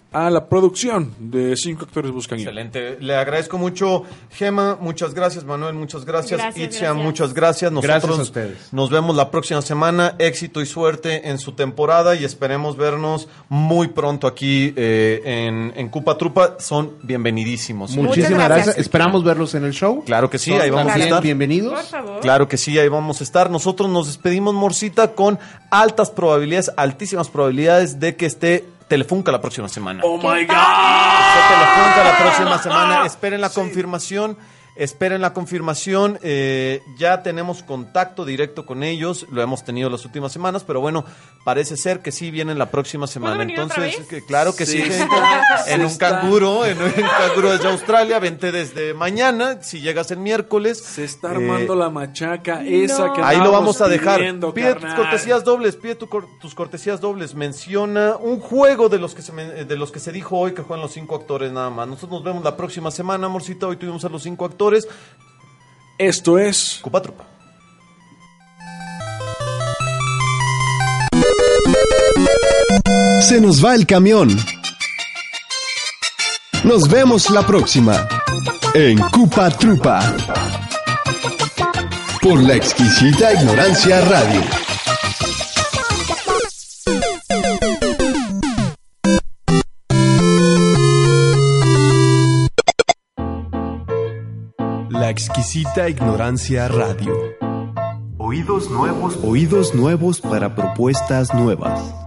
a la producción de Cinco Actores Buscan Guión. Excelente. Le agradezco mucho, Gema. Muchas gracias, Manuel. Muchas gracias. Gracias, Itzia, gracias. muchas gracias. Nosotros Gracias a ustedes. nos vemos la próxima semana. Éxito y suerte en su temporada y esperemos vernos muy pronto aquí eh, en, en Cupa Trupa. Son bienvenidísimos. Muchísimas gracias. gracias. Esperamos verlos en el show. Claro que sí, Son ahí vamos a también estar. bienvenidos. Por favor. Claro que sí, ahí vamos a estar. Nosotros nos despedimos, Morcita, con altas probabilidades, altísimas probabilidades de que esté Telefunca la próxima semana. ¡Oh, my God! Esté Telefunca la próxima semana. Esperen la confirmación. Esperen la confirmación. Eh, ya tenemos contacto directo con ellos. Lo hemos tenido las últimas semanas, pero bueno, parece ser que sí vienen la próxima semana. venir otra Entonces, vez? que claro que sí. Sí. gente. Sí En un está. canguro, en un canguro desde Australia. Vente desde mañana. Si llegas el miércoles. Se está Eh, armando la machaca esa que Ahí lo andábamos vamos a dejar. pidiendo, Pide tus carnal. cortesías dobles, pide tu cor- tus cortesías dobles. Menciona un juego de los que se men- de los que se dijo hoy que juegan los cinco actores nada más. Nosotros nos vemos la próxima semana, amorcita. Hoy tuvimos a los cinco actores. Esto es Cupa Trupa. Se nos va el camión. Nos vemos la próxima en Cupa Trupa por la exquisita ignorancia radio. La exquisita ignorancia radio. Oídos nuevos. Oídos nuevos para propuestas nuevas.